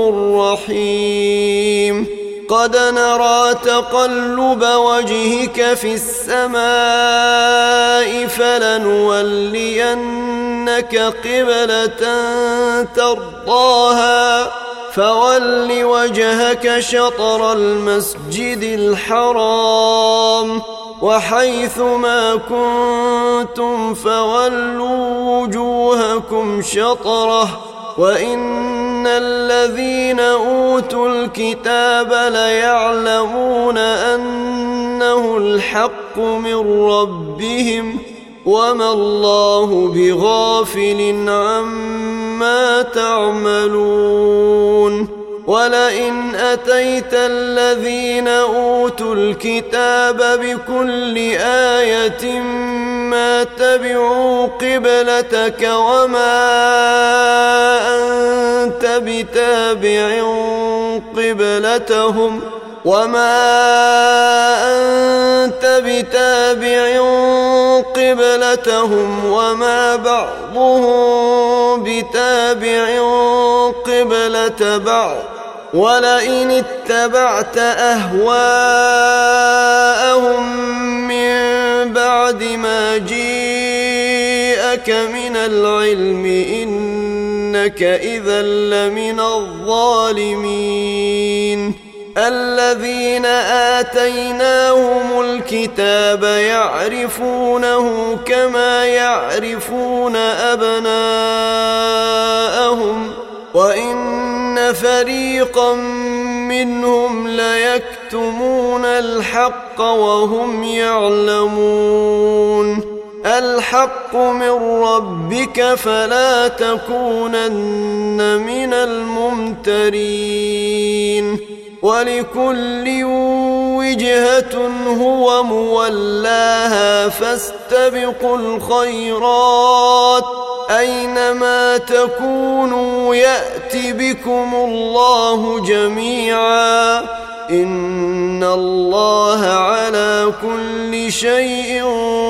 رحيم قد نرى تقلب وجهك في السماء فلنولينك قبلة ترضاها فول وجهك شطر المسجد الحرام وحيث ما كنتم فولوا وجوهكم شطره وإن الذين أوتوا الكتاب ليعلمون أنه الحق من ربهم وما الله بغافل عما تعملون ولئن أتيت الذين أوتوا الكتاب بكل آية ما تبعوا قبلتك وما أنت بتابع قبلتهم وما أنت بتابع قبلتهم وما بعضهم بتابع قبلة بعض ولئن اتبعت أهواءهم من بعد ما جاءك من العلم إنك إذا لمن الظالمين الذين آتيناهم الكتاب يعرفونه كما يعرفون أبناءهم وإن فريقا منهم ليكتمون الحق وهم يعلمون الحق من ربك فلا تكونن من الممترين ولكل وجهة هو مولاها فاستبقوا الخيرات أينما تكونوا يأت بكم الله جميعا إن الله على كل شيء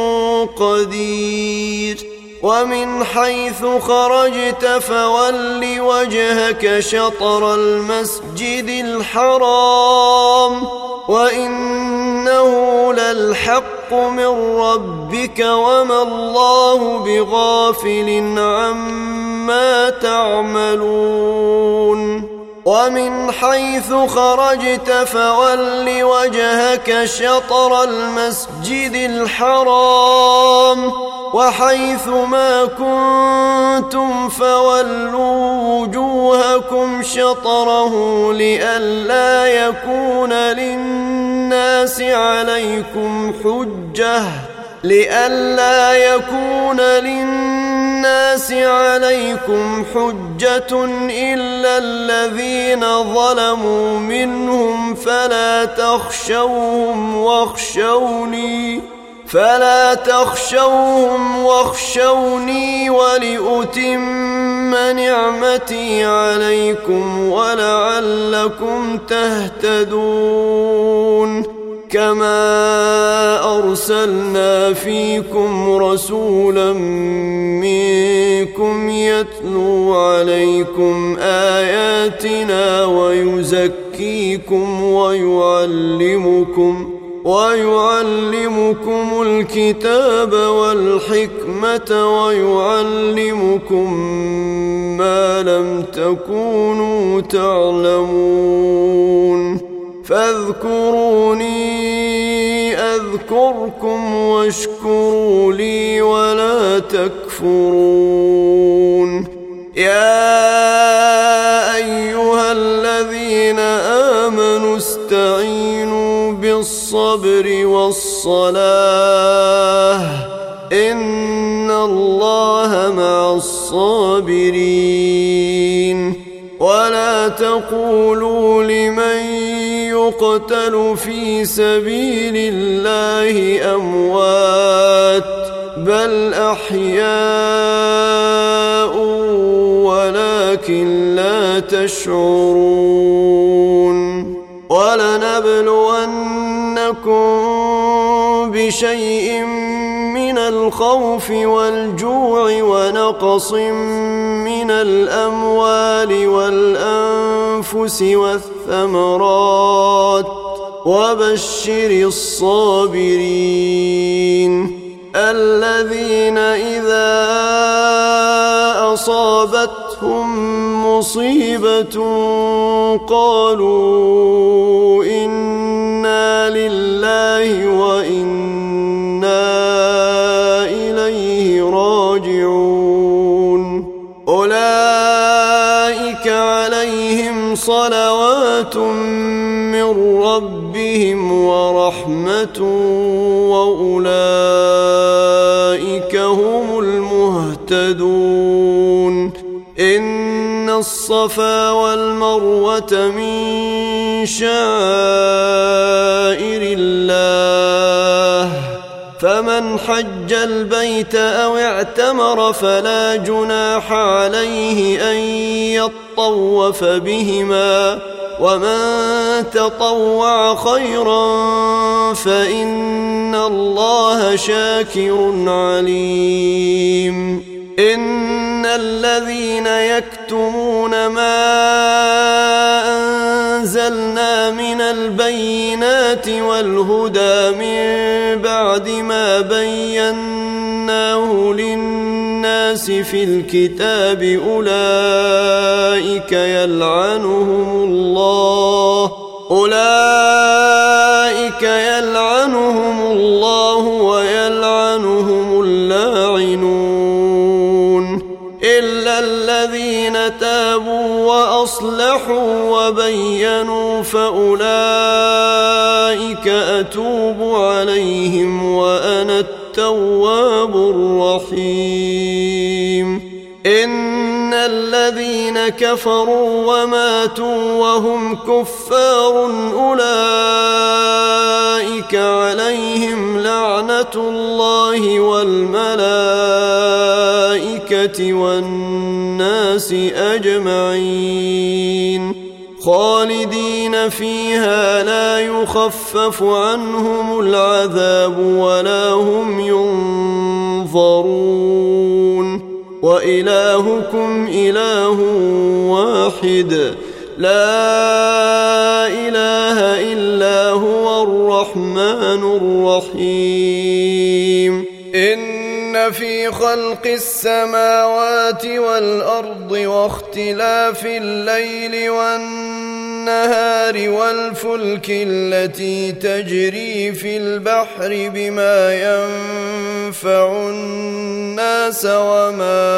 قدير ومن حيث خرجت فول وجهك شطر المسجد الحرام وإنه للحق من ربك وما الله بغافل عما تعملون ومن حيث خرجت فول وجهك شطر المسجد الحرام وحيث ما كنتم فولوا وجوهكم شطره لئلا يكون للناس عليكم حجة لئلا يكون للناس عليكم حجة إلا الذين ظلموا منهم فلا تخشوهم واخشوني فلا تخشوهم واخشوني ولأتم نعمتي عليكم ولعلكم تهتدون كما أرسلنا فيكم رسولا منكم يتلو عليكم آياتنا ويزكيكم ويعلمكم ويعلمكم الكتاب والحكمة ويعلمكم ما لم تكونوا تعلمون فاذكروني أذكركم واشكروا لي ولا تكفرون يا أيها الذين آمنوا استعينوا بالصبر والصلاة إن الله مع الصابرين ولا تقولوا لمن يقتل في سبيل الله أموات بل أحياء ولكن لا تشعرون ولنبلونكم بشيء من الخوف والجوع ونقص من الأموال والأنفس والثمرات وبشر الصابرين الذين إذا أصابتهم مصيبة قالوا إنا لله وإنا إليه راجعون أولئك عليهم صلوات من ربهم ورحمة وأولئك هم المهتدون إن الصفا والمروة من شعائر الله فمن حج البيت أو اعتمر فلا جناح عليه أن يطوف بهما ومن تطوع خيرا فإن الله شاكر عليم إن الذين يكتمون ما أنزلنا من البينات والهدى من بعد ما بيناه للناس في الكتاب أولئك يلعنهم الله أولئك يلعنهم الله ويلعنهم اللاعنون إلا الذين تابوا وأصلحوا وبينوا فأولئك أتوب عليهم وأنا التواب الرحيم إن الذين كفروا وماتوا وهم كفار أولئك عليهم لعنة الله والملائكة والناس أجمعين خالدين فيها لا يخفف عنهم العذاب ولا هم ينظرون وإلهكم إله واحد لا إله إلا هو الرحمن الرحيم إن في خلق السماوات والأرض واختلاف الليل والنهار والفلك التي تجري في البحر بما ينفع الناس وما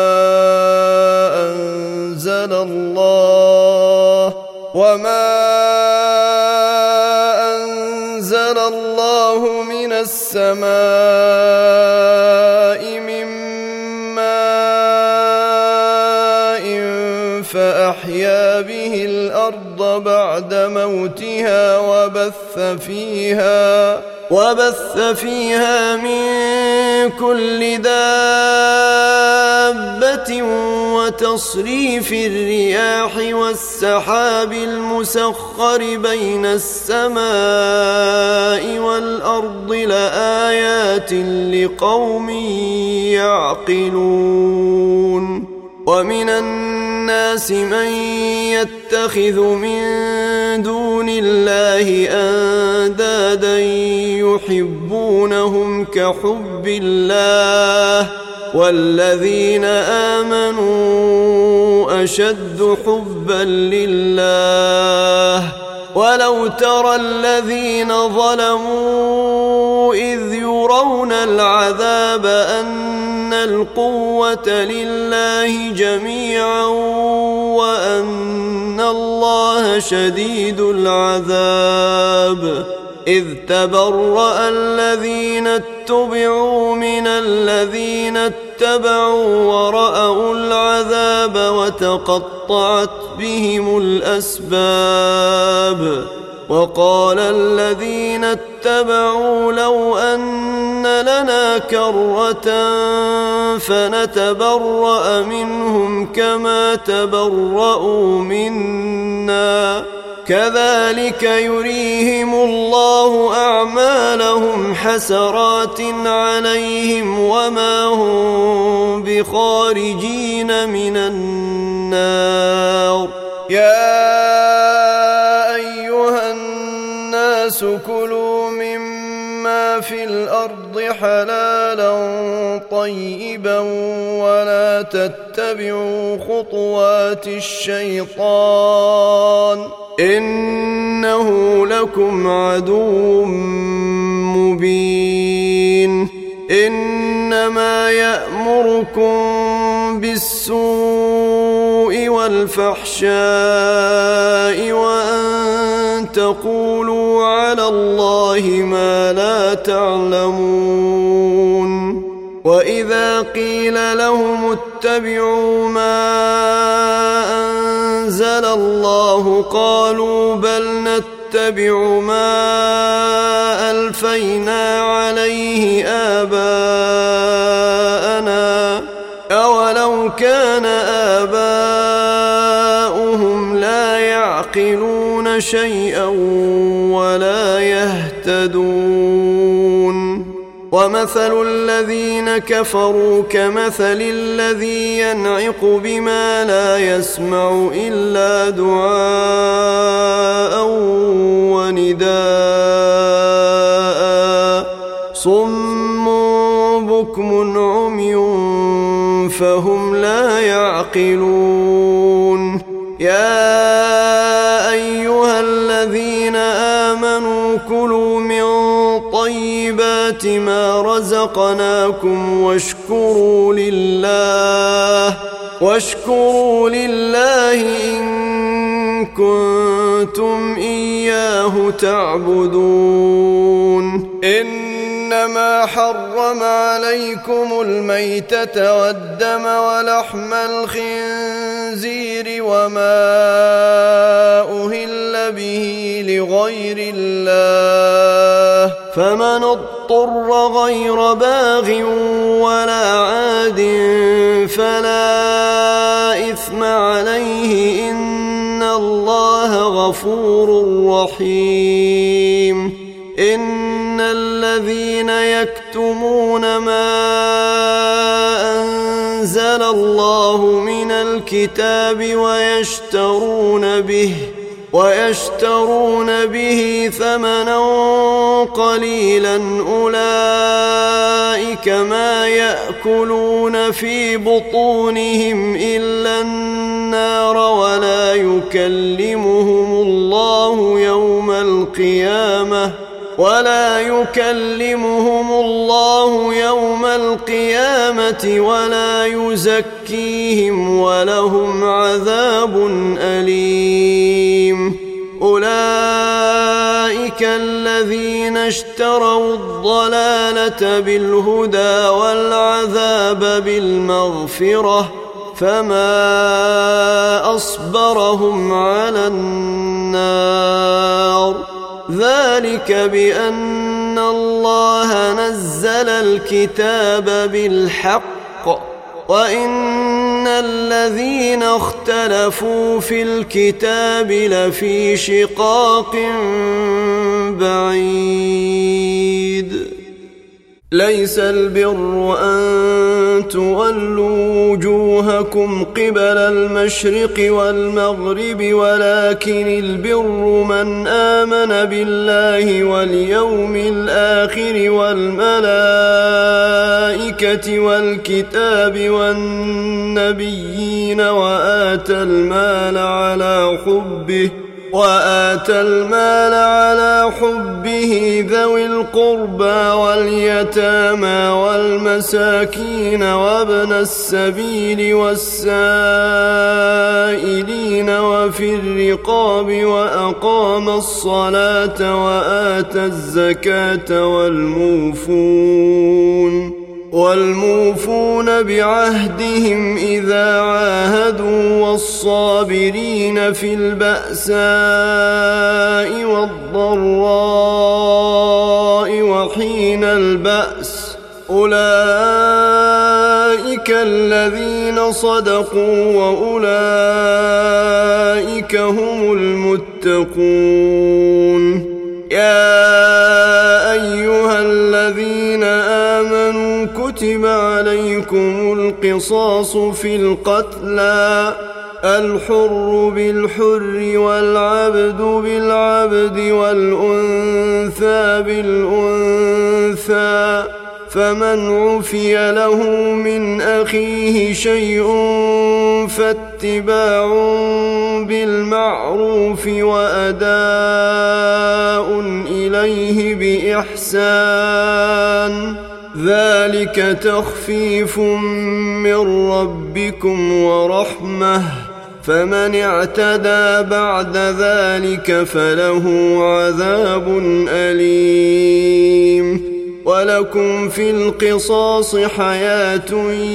أنزل الله وما أنزل الله من السماء من ماء فأحيا به الأرض بعد موتها وبث فيها وبث فيها من كل دابة وتصريف الرياح والسحاب المسخر بين السماء والأرض لآيات لقوم يعقلون ومن الناس من يتخذ من دون الله أندادا يحبونهم كحب الله والذين آمنوا أشد حبا لله ولو ترى الذين ظلموا إذ يرون العذاب أن القوة لله جميعا وأن الله شديد العذاب إذ تبرأ الذين اتبعوا من الذين اتبعوا ورأوا العذاب وتقطعت بهم الأسباب وقال الذين اتبعوا لو أن لنا كرة فنتبرأ منهم كما تبرأوا منا كذلك يريهم الله أعمالهم حسرات عليهم وما هم بخارجين من النار يا أيها الناس كلوا مما في الأرض حلالا طيبا ولا تتبعوا خطوات الشيطان إنه لكم عدو مبين إنما يأمركم بالسوء والفحشاء وأن تقولوا على الله ما لا تعلمون وإذا قيل لهم اتبعوا ما أنزل الله قالوا بل نتبع نتبع ما ألفينا عليه آباءنا أولو كان آباؤهم لا يعقلون شيئا ولا يهتدون ومثل الذين كفروا كمثل الذي ينعق بما لا يسمع إلا دعاء ونداء صم بكم عمي فهم لا يعقلون يا أيها الذين آمنوا كلوا من طيبات ما رزقناكم واشكروا لله واشكروا لله إن كنتم إياه تعبدون إنما حرم عليكم الميتة والدم ولحم الخنزير وما أهل به لغير الله فمن اضطر غير باغ ولا عاد فلا إثم عليه إن الله غفور رحيم إن الذين يكتمون ما أنزل الله من الكتاب ويشترون به ويشترون به ثمنا قليلا أولئك ما يأكلون في بطونهم إلا النار ولا يكلمهم الله يوم القيامة ولا يكلمهم الله يوم القيامة ولا يزكيهم ولهم عذاب أليم أولئك الذين اشتروا الضلالة بالهدى والعذاب بالمغفرة فما أصبرهم على النار ذلك بأن الله نزل الكتاب بالحق وإن الذين اختلفوا في الكتاب لفي شقاق بعيد ليس البر أن تولوا وجوهكم قبل المشرق والمغرب ولكن البر من آمن بالله واليوم الآخر والملائكة والكتاب والنبيين وآتى المال على حبه وآتى المال على حبه ذوي القربى واليتامى والمساكين وابن السبيل والسائلين وفي الرقاب وأقام الصلاة وآتى الزكاة والموفون والموفون بعهدهم إذا عاهدوا والصابرين في البأساء والضراء وحين البأس أولئك الذين صدقوا وأولئك هم المتقون يا أيها الذين آمنوا كتب عليكم القصاص في القتلى الحر بالحر والعبد بالعبد والأنثى بالأنثى فمن عفي له من أخيه شيء فاتباع بالمعروف وأداء إليه بإحسان ذلك تخفيف من ربكم ورحمة فمن اعتدى بعد ذلك فله عذاب أليم ولكم في القصاص حياة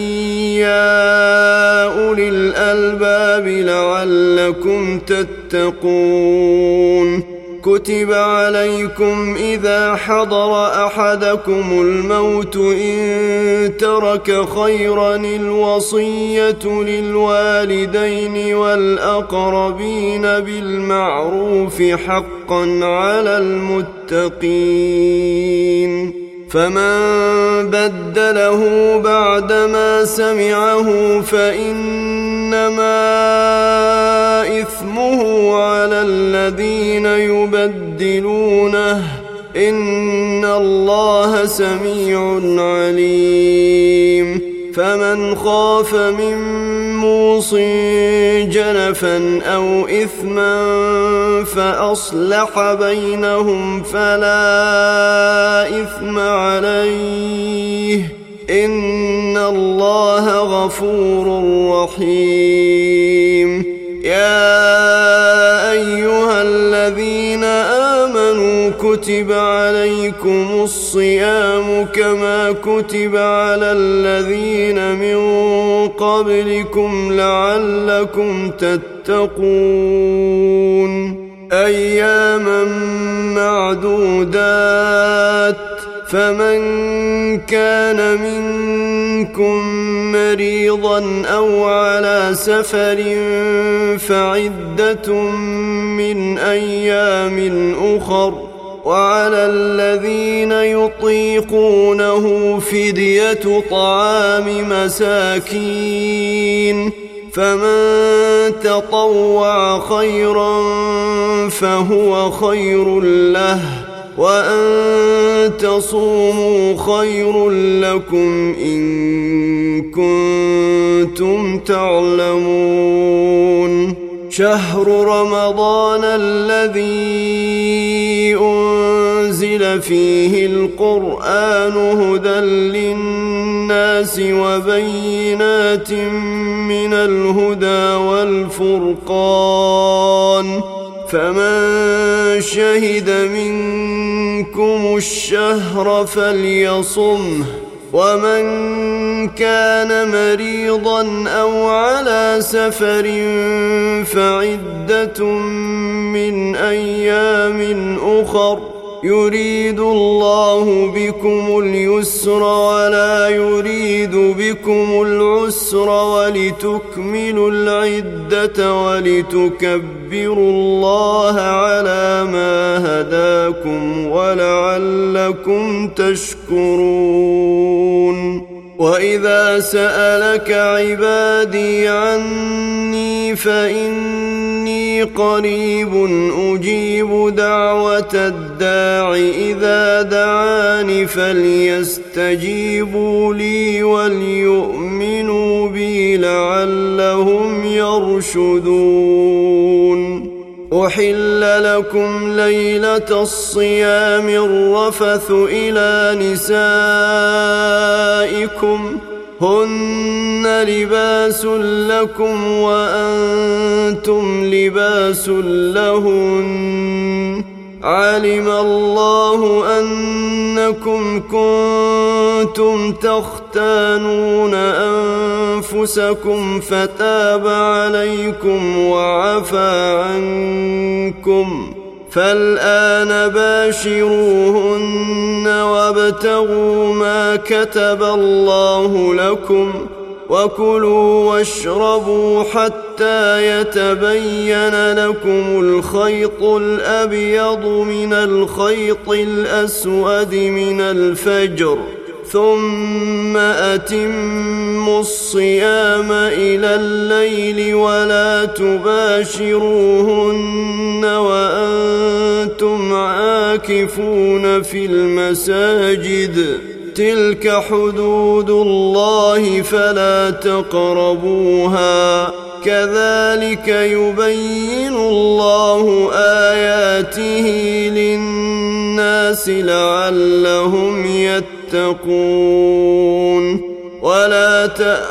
يا أولي الألباب لعلكم تتقون كتب عليكم إذا حضر أحدكم الموت إن ترك خيرا الوصية للوالدين والأقربين بالمعروف حقا على المتقين فمن بدله بعدما سمعه فإنما إثمه على الذين يبدلونه إن الله سميع عليم فمن خاف من موص جنفا أو إثما فأصلح بينهم فلا إثم عليه إن الله غفور رحيم يا أيها الذين آمنوا كتب عليكم الصيام كما كتب على الذين من قبلكم لعلكم تتقون أياما معدودات فمن كان منكم مريضا أو على سفر فعدة من أيام أخر وعلى الذين يطيقونه فدية طعام مساكين فمن تطوع خيرا فهو خير له وأن تصوموا خير لكم إن كنتم تعلمون شهر رمضان الذي أنزل فيه القرآن هدى للناس وبينات من الهدى والفرقان فمن شهد منكم الشهر فليصمه ومن كان مريضا أو على سفر فعدة من أيام أخر يريد الله بكم اليسر ولا يريد بكم العسر ولتكملوا العدة ولتكبروا الله على ما هداكم ولعلكم تشكرون وإذا سألك عبادي عني فإني قريب أجيب دعوة الداع إذا دعاني فليستجيبوا لي وليؤمنوا بي لعلهم يرشدون أحل لكم ليلة الصيام الرفث إلى نسائكم هن لباس لكم وأنتم لباس لهن علم الله أنكم كنتم تختانون أنفسكم فتاب عليكم وعفى عنكم فالآن باشروهن وابتغوا ما كتب الله لكم وكلوا واشربوا حتى يتبين لكم الخيط الأبيض من الخيط الأسود من الفجر ثم أتموا الصيام إلى الليل ولا تباشروهن وأنتم عاكفون في المساجد تلك حدود الله فلا تقربوها كذلك يبين الله آياته للناس لعلهم يتقون ولا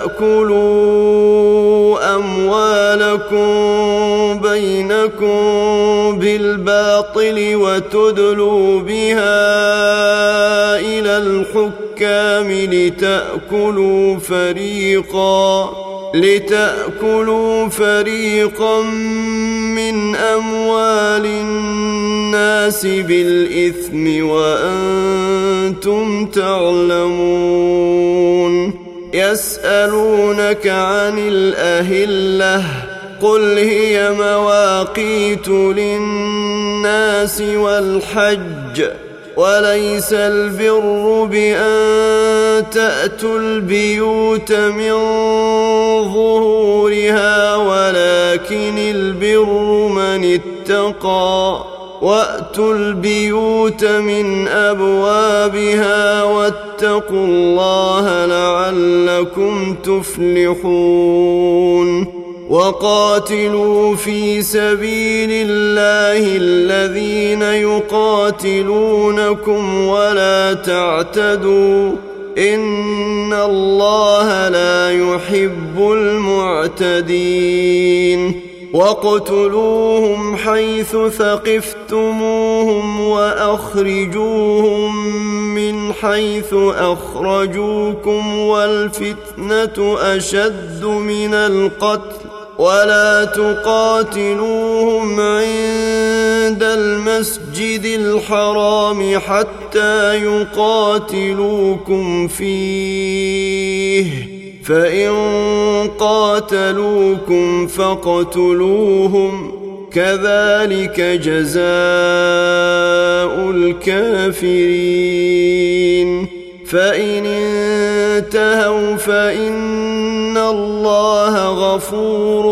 تأكلوا أموالكم بينكم بالباطل وتدلوا بها إلى الحكام لتأكلوا فريقا لتأكلوا فريقا من أموال الناس بالإثم وأنتم تعلمون يسألونك عن الأهلة قل هي مواقيت للناس والحج وليس البر بأن تأتوا البيوت من ظهورها ولكن البر من اتقى وأتوا البيوت من أبوابها واتقوا الله لعلكم تفلحون وقاتلوا في سبيل الله الذين يقاتلونكم ولا تعتدوا إن الله لا يحب المعتدين واقتلوهم حيث ثقفتموهم وأخرجوهم من حيث أخرجوكم والفتنة أشد من القتل ولا تقاتلوهم عند المسجد الحرام حتى يقاتلوكم فيه فإن قاتلوكم فاقتلوهم كذلك جزاء الكافرين فإن انتهوا فإن الله غفور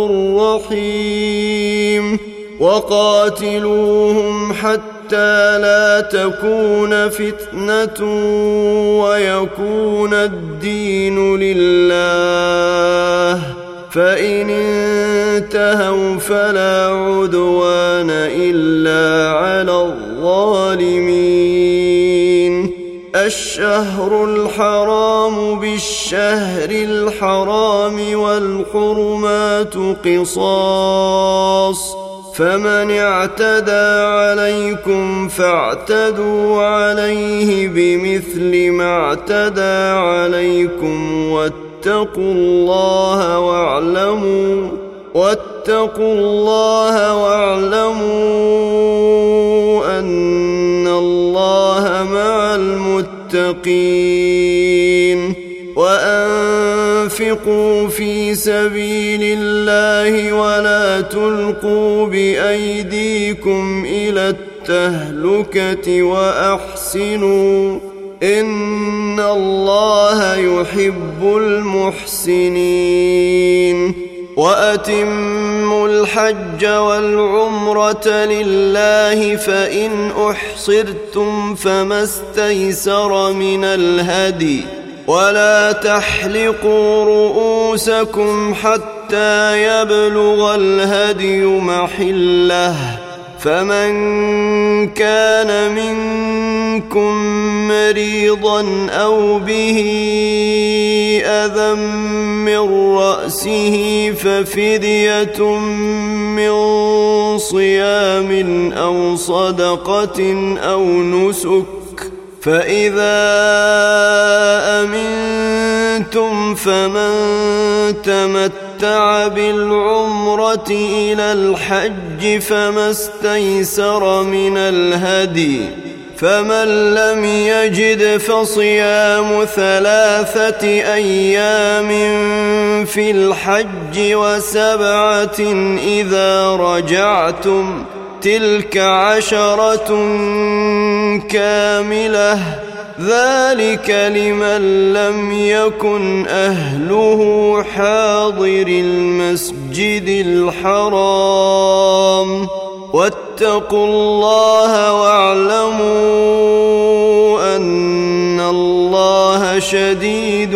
رحيم وقاتلوهم حتى لا تكون فتنة ويكون الدين لله فإن انتهوا فلا عدوان إلا على الظالمين الشهر الحرام بالشهر الحرام والحرمات قصاص فمن اعتدى عليكم فاعتدوا عليه بمثل ما اعتدى عليكم واتقوا الله واعلموا واتقوا الله واعلموا أن الله مع المتقين وأنفقوا في سبيل الله ولا تلقوا بأيديكم إلى التهلكة وأحسنوا إن الله يحب المحسنين وأتموا الحج والعمرة لله فإن أحصرتم فما استيسر من الهدي ولا تحلقوا رؤوسكم حتى يبلغ الهدي محله فمن كان منكم مريضا أو به أذى من رأسه ففدية من صيام أو صدقة أو نسك فإذا أمنتم فمن تمتع بالعمرة إلى الحج فما استيسر من الهدي فمن لم يجد فصيام ثلاثة أيام في الحج وسبعة إذا رجعتم تلك عشرة كاملة ذلك لمن لم يكن أهله حاضر المسجد الحرام واتقوا الله واعلموا أن الله شديد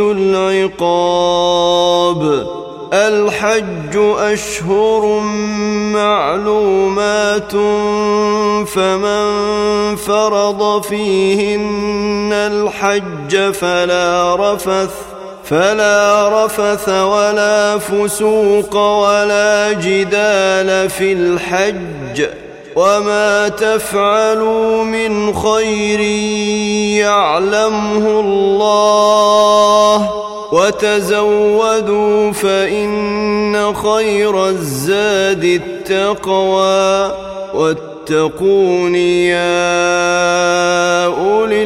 العقاب الحج أشهر معلومات فمن فرض فيهن الحج فلا رفث فلا رفث ولا فسوق ولا جدال في الحج وما تفعلوا من خير يعلمه الله وتزودوا فإن خير الزاد التقوى واتقون يا أولي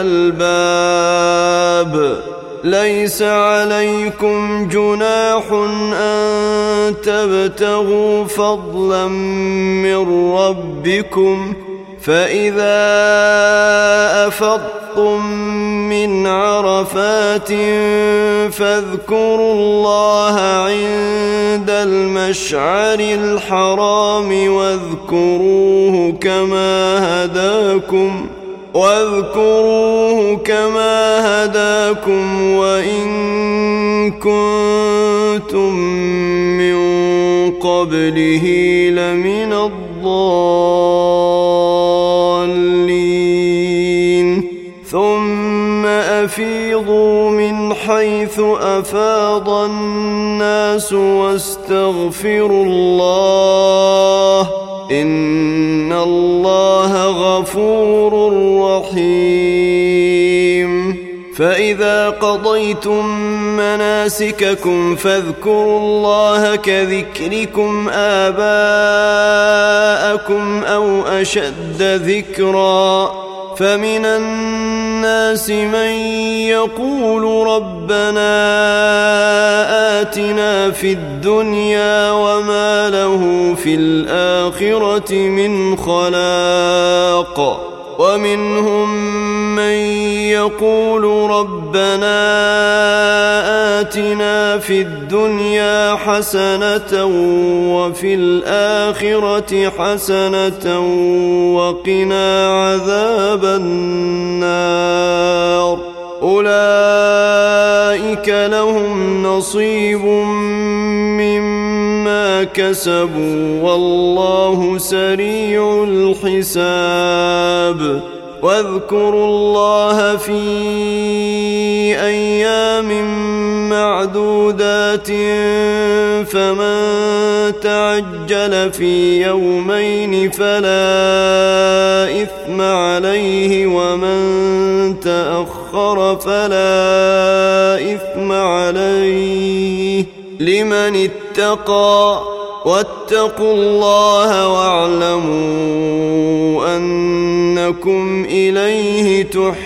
الألباب ليس عليكم جناح أن تبتغوا فضلا من ربكم فإذا أفضتم من عرفات فاذكروا الله عند المشعر الحرام واذكروه كما هداكم واذكروه كما هداكم وإن كنتم من قبله لمن الضالين ثم أفيضوا من حيث أفاض الناس واستغفروا الله إن الله غفور رحيم فإذا قضيتم مناسككم فاذكروا الله كذكركم آباءكم أو أشد ذكرا فمن الناس من يقول ربنا آتنا في الدنيا وما له في الآخرة من خلاق ومنهم من يقول ربنا آتنا في الدنيا حسنة وفي الآخرة حسنة وقنا عذاب النار أولئك لهم نصيب مما كسبوا والله سريع الحساب واذكروا الله في أيام معدودات فمن تعجل في يومين فلا إثم عليه ومن تأخر فلا إثم عليه لمن اتقى واتقوا الله واعلموا أنكم إليه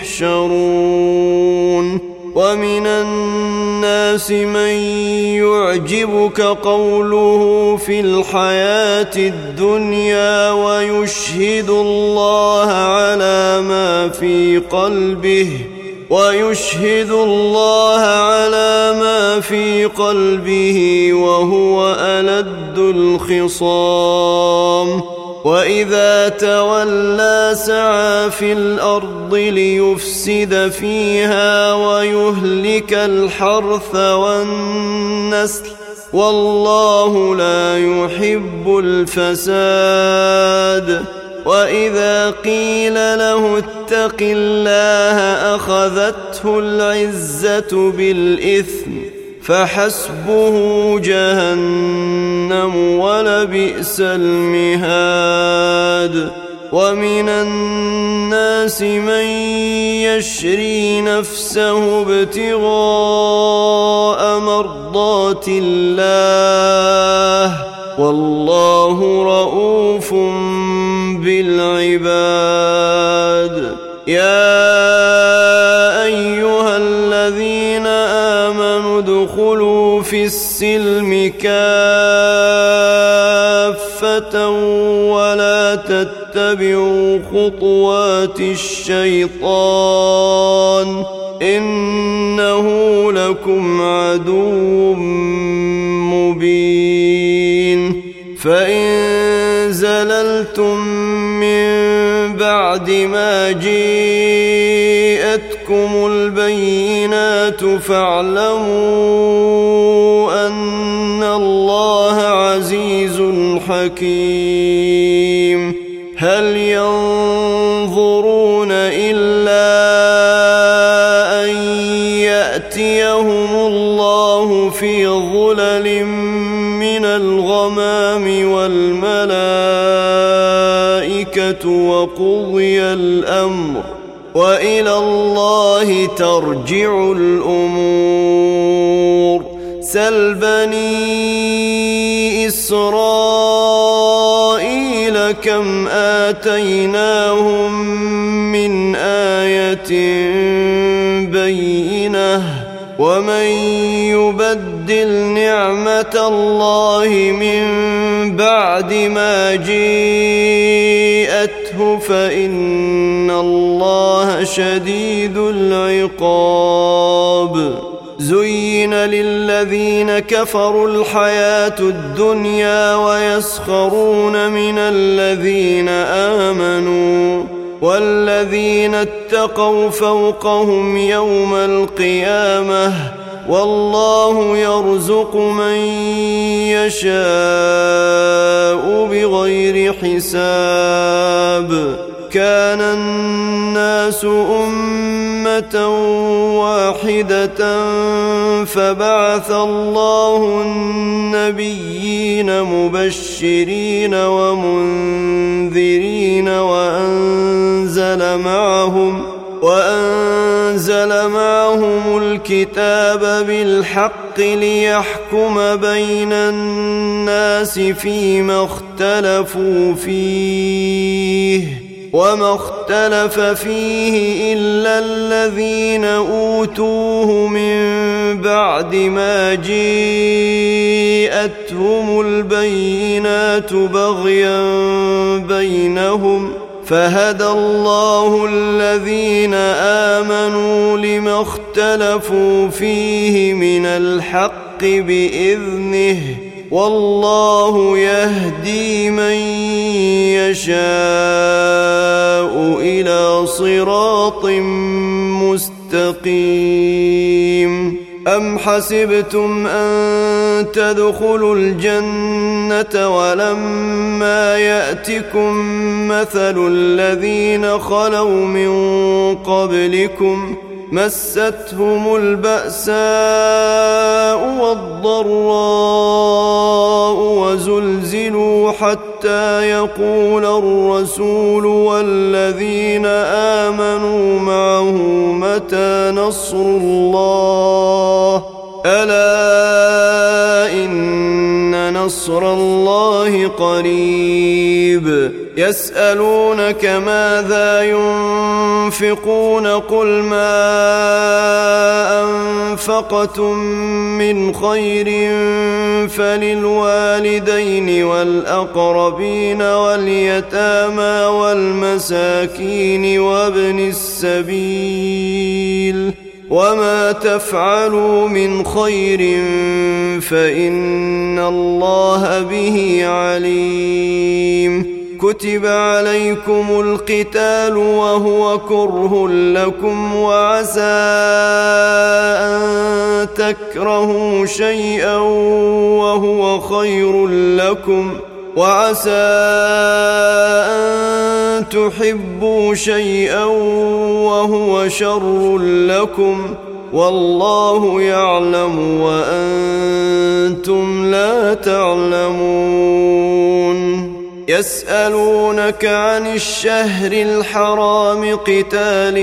تحشرون ومن الناس من يعجبك قوله في الحياة الدنيا ويشهد الله على ما في قلبه ويشهد الله على ما في قلبه وهو ألد الخصام وإذا تولى سعى في الأرض ليفسد فيها ويهلك الحرث والنسل والله لا يحب الفساد وإذا قيل له اتق الله أخذته العزة بالإثم فحسبه جهنم ولبئس المهاد ومن الناس من يشري نفسه ابتغاء مرضات الله والله رؤوف بالعباد يا أيها الذين آمنوا ادخلوا في السلم كافة ولا تتبعوا خطوات الشيطان إنه لكم عدو مبين فإن زللتم من بعد ما جاءتكم البينات فاعلموا أن الله عزيز حكيم هل ينظرون إلا أن يأتيهم الله في ظلل من الغمام والملائكة وقضي الأمر وإلى الله ترجع الأمور سل بني إسرائيل كم آتيناهم من آية بينة ومن يبدل نعمة الله من بعد ما جاءته فإن الله شديد العقاب زين للذين كفروا الحياة الدنيا ويسخرون من الذين آمنوا والذين اتقوا فوقهم يوم القيامة والله يرزق من يشاء بغير حساب كان الناس أمة واحدة فبعث الله النبيين مبشرين ومنذرين وأنزل معهم وأنزل معهم الكتاب بالحق ليحكم بين الناس فيما اختلفوا فيه وما اختلف فيه إلا الذين أوتوه من بعد ما جاءتهم البينات بغيا بينهم فهدى الله الذين آمنوا لما اختلفوا فيه من الحق بإذنه والله يهدي من يشاء إلى صراط مستقيم أم حسبتم أن تدخلوا الجنة ولما يأتكم مثل الذين خلوا من قبلكم مستهم البأساء والضراء وزلزلوا حتى يقول الرسول والذين آمنوا معه متى نصر الله ألا إن نصر الله قريب يسألونك ماذا ينفقون قل ما أنفقتم من خير فللوالدين والأقربين واليتامى والمساكين وابن السبيل وما تفعلوا من خير فإن الله به عليم كتب عليكم القتال وهو كره لكم وعسى أن تكرهوا شيئا وهو خير لكم وعسى أن تحبوا شيئا وهو شر لكم والله يعلم وأنتم لا تعلمون يسألونك عن الشهر الحرام قتال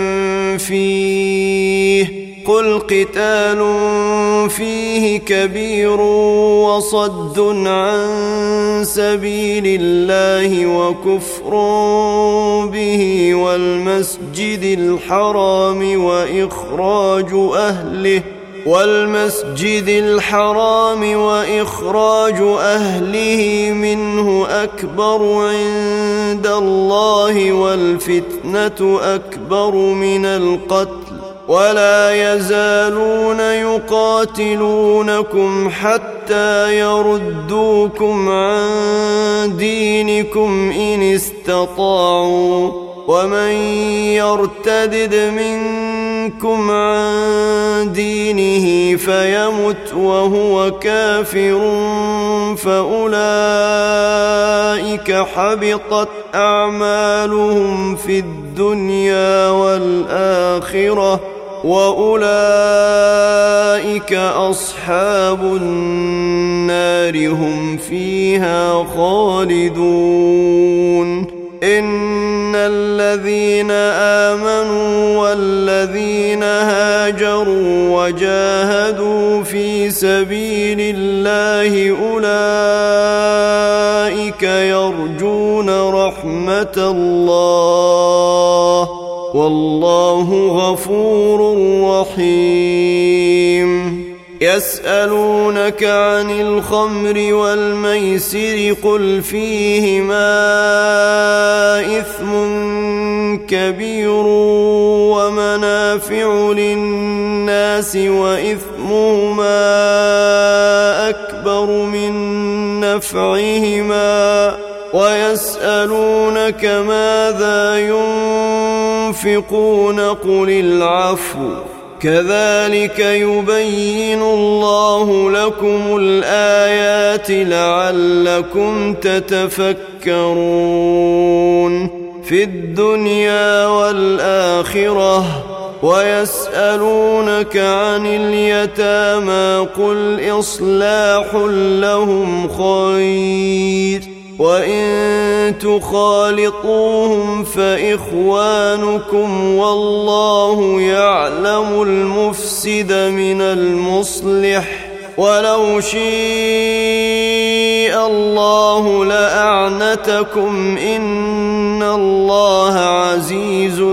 فيه قل قتال فيه كبير وصد عن سبيل الله وكفر به والمسجد الحرام وإخراج أهله والمسجد الحرام وإخراج أهله منه أكبر عند الله والفتنة أكبر من القتل ولا يزالون يقاتلونكم حتى يردوكم عن دينكم إن استطاعوا ومن يرتدد منكم عن دينه فيمت وهو كافر فأولئك حبطت أعمالهم في الدنيا والآخرة وأولئك أصحاب النار هم فيها خالدون إن الذين آمنوا والذين هاجروا وجاهدوا في سبيل الله أولئك يرجون رحمة الله والله غفور رحيم. يسألونك عن الخمر والميسر قل فيهما إثم كبير ومنافع للناس وإثمهما أكبر من نفعهما ويسألونك ماذا ينفقون قل العفو كذلك يبين الله لكم الآيات لعلكم تتفكرون في الدنيا والآخرة. ويسألونك عن اليتامى قل إصلاح لهم خير وإن تخالطوهم فإخوانكم والله يعلم المفسد من المصلح ولو شاء الله لأعنتكم إن الله عزيز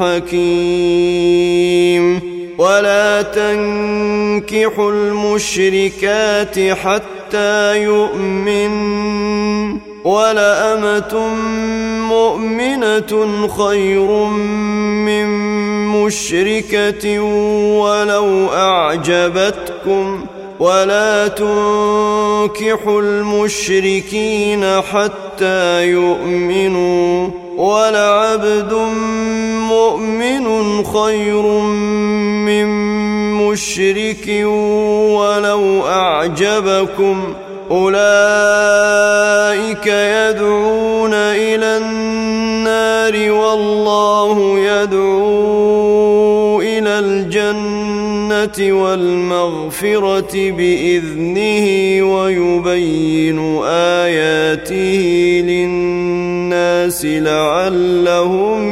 حكيم. ولا تنكحوا المشركات حتى يؤمن ولأمة مؤمنة خير من مشركة ولو أعجبتكم ولا تنكحوا المشركين حتى يؤمنوا ولعبد مؤمن خير من مشرك ولو أعجبكم أولئك يدعون إلى النار والله يدعو إلى الجنة والمغفرة بإذنه ويبين آياته للناس لعلهم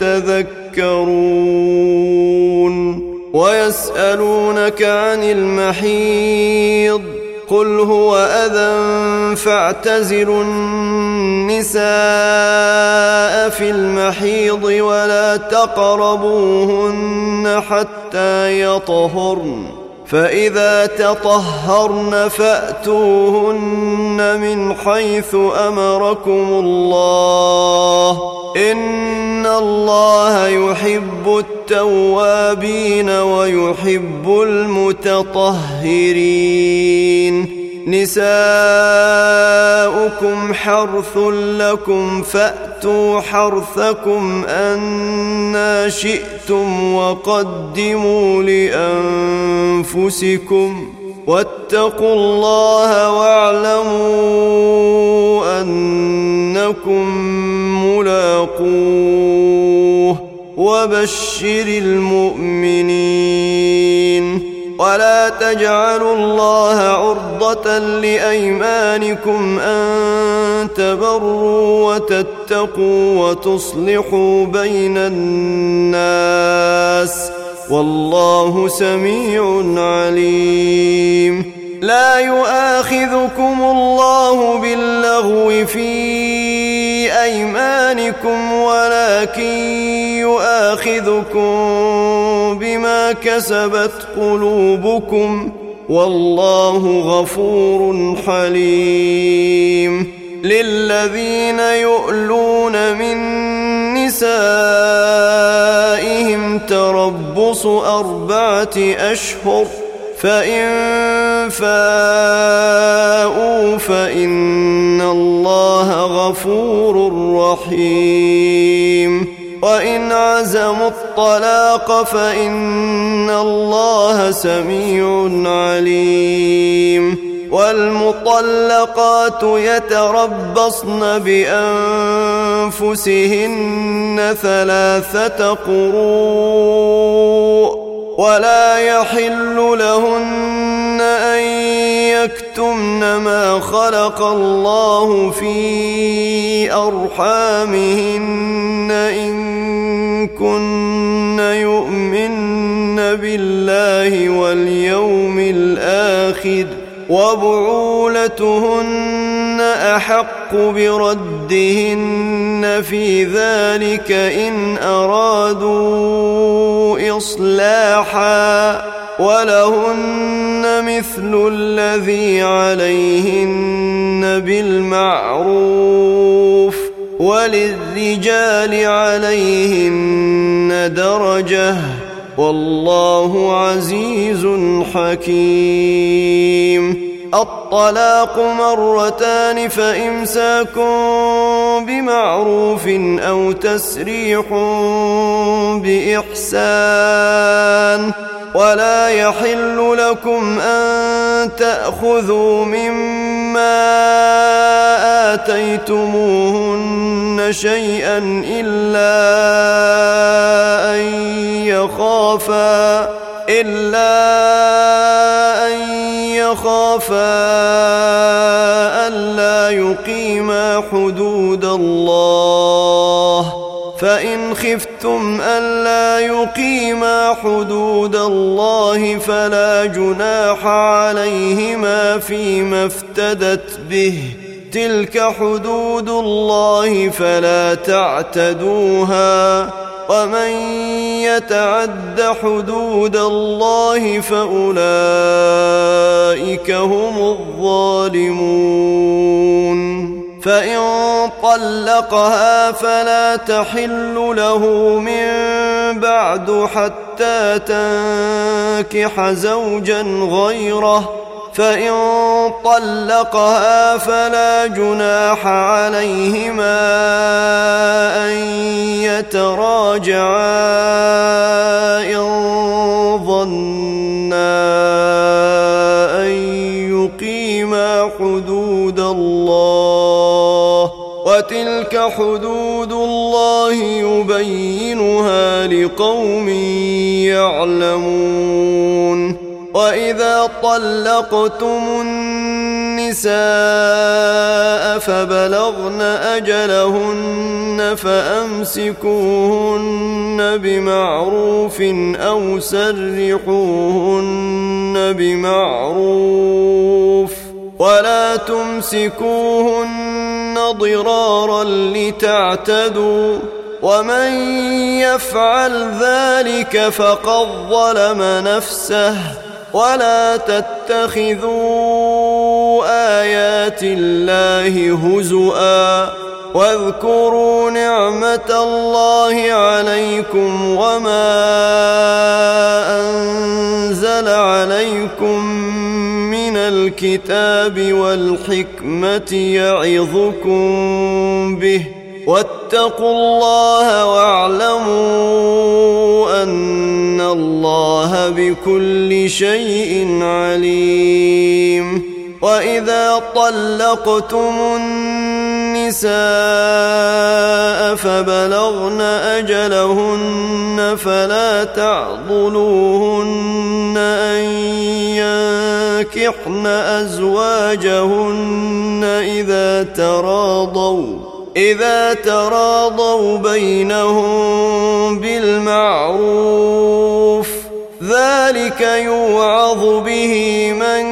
يتذكرون. ويسألونك عن المحيض قل هو أذى فاعتزلوا النساء في المحيض ولا تقربوهن حتى يطهرن فإذا تطهرن فأتوهن من حيث أمركم الله إن الله يحب التوابين ويحب المتطهرين. نساؤكم حرث لكم فأتوا حرثكم أنى شئتم وقدموا لأنفسكم واتقوا الله واعلموا أنكم ملاقوه وبشر المؤمنين. ولا تجعلوا الله عرضة لأيمانكم أن تبروا وتتقوا وتصلحوا بين الناس والله سميع عليم. لا يؤاخذكم الله باللغو في أيمانكم ولكن يؤاخذكم بما كسبت قلوبكم والله غفور حليم. للذين يؤلون من نسائهم تربص أربعة أشهر فإن فاءوا فإن الله غفور رحيم. وإن عزموا الطلاق فإن الله سميع عليم. والمطلقات يتربصن بأنفسهن ثلاثة قروء ولا يحل لهن أن يكتمن ما خلق الله في أرحامهن إن كن يؤمن بالله واليوم الآخر وبعولتهن أحق بردهن في ذلك إن أرادوا إصلاحا ولهن مثل الذي عليهن بالمعروف وللرجال عليهن درجة والله عزيز حكيم. الطلاق مرتان فإمساك بمعروف أو تسريح بإحسان ولا يحل لكم أن تأخذوا مما آتيتموهن شيئا إلا أن يخافا إلا أن يخافا ألا يقيما حدود الله فإن خفتم ألا يقيما حدود الله فلا جناح عليهما فيما افتدت به تلك حدود الله فلا تعتدوها ومن يتعد حدود الله فأولئك هم الظالمون. فإن طلقها فلا تحل له من بعد حتى تنكح زوجا غيره فإن طلقها فلا جناح عليهما أن يتراجعا إن ظنا أن يقيما حدود الله وتلك حدود الله يبينها لقوم يعلمون. وإذا طلقتم النساء فبلغن أجلهن فأمسكوهن بمعروف أو سرحوهن بمعروف ولا تمسكوهن ضرارا لتعتدوا ومن يفعل ذلك فقد ظلم نفسه ولا تتخذوا آيات الله هزؤا واذكروا نعمة الله عليكم وما أنزل عليكم من الكتاب والحكمة يعظكم به واتقوا الله واعلموا أن الله بكل شيء عليم. وإذا طلقتم النساء فبلغن أجلهن فلا تعضلوهن أن ينكحن أزواجهن إذا تراضوا إذا تراضوا بينهم بالمعروف ذلك يوعظ به من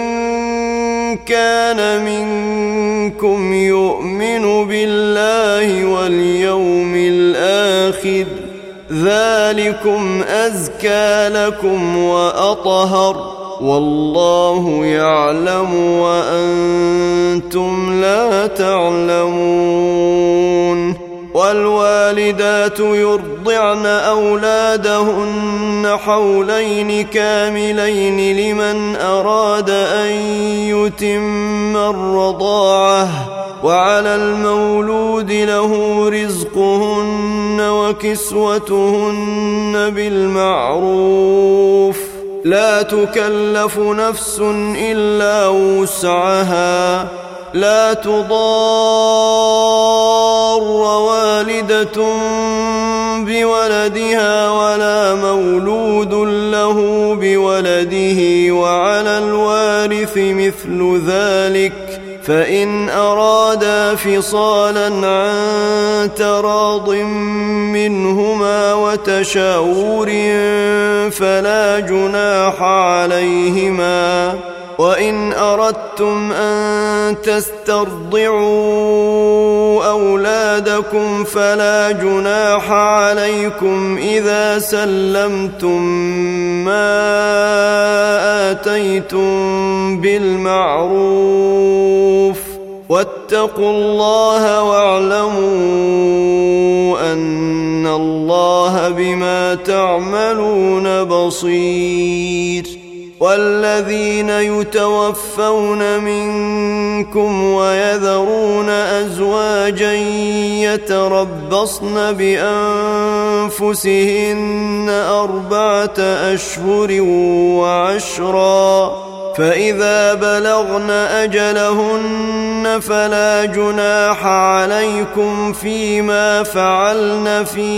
كان منكم يؤمن بالله واليوم الآخر ذلكم أزكى لكم وأطهر والله يعلم وأنتم لا تعلمون. والوالدات يرضعن أولادهن حولين كاملين لمن أراد أن يتم الرضاعة وعلى المولود له رزقهن وكسوتهن بالمعروف لا تكلف نفس إلا وسعها لا تضار والدة بولدها ولا مولود له بولده وعلى الوارث مثل ذلك فإن أرادا فصالا عن تراض منهما وتشاور فلا جناح عليهما. وإن أردتم أن تسترضعوا أولادكم فلا جناح عليكم إذا سلمتم ما آتيتم بالمعروف، واتقوا الله واعلموا أن الله بما تعملون بصير. والذين يتوفون منكم ويذرون أزواجا يتربصن بأنفسهن أربعة أشهر وعشرا، فإذا بلغن أجلهن فلا جناح عليكم فيما فعلن في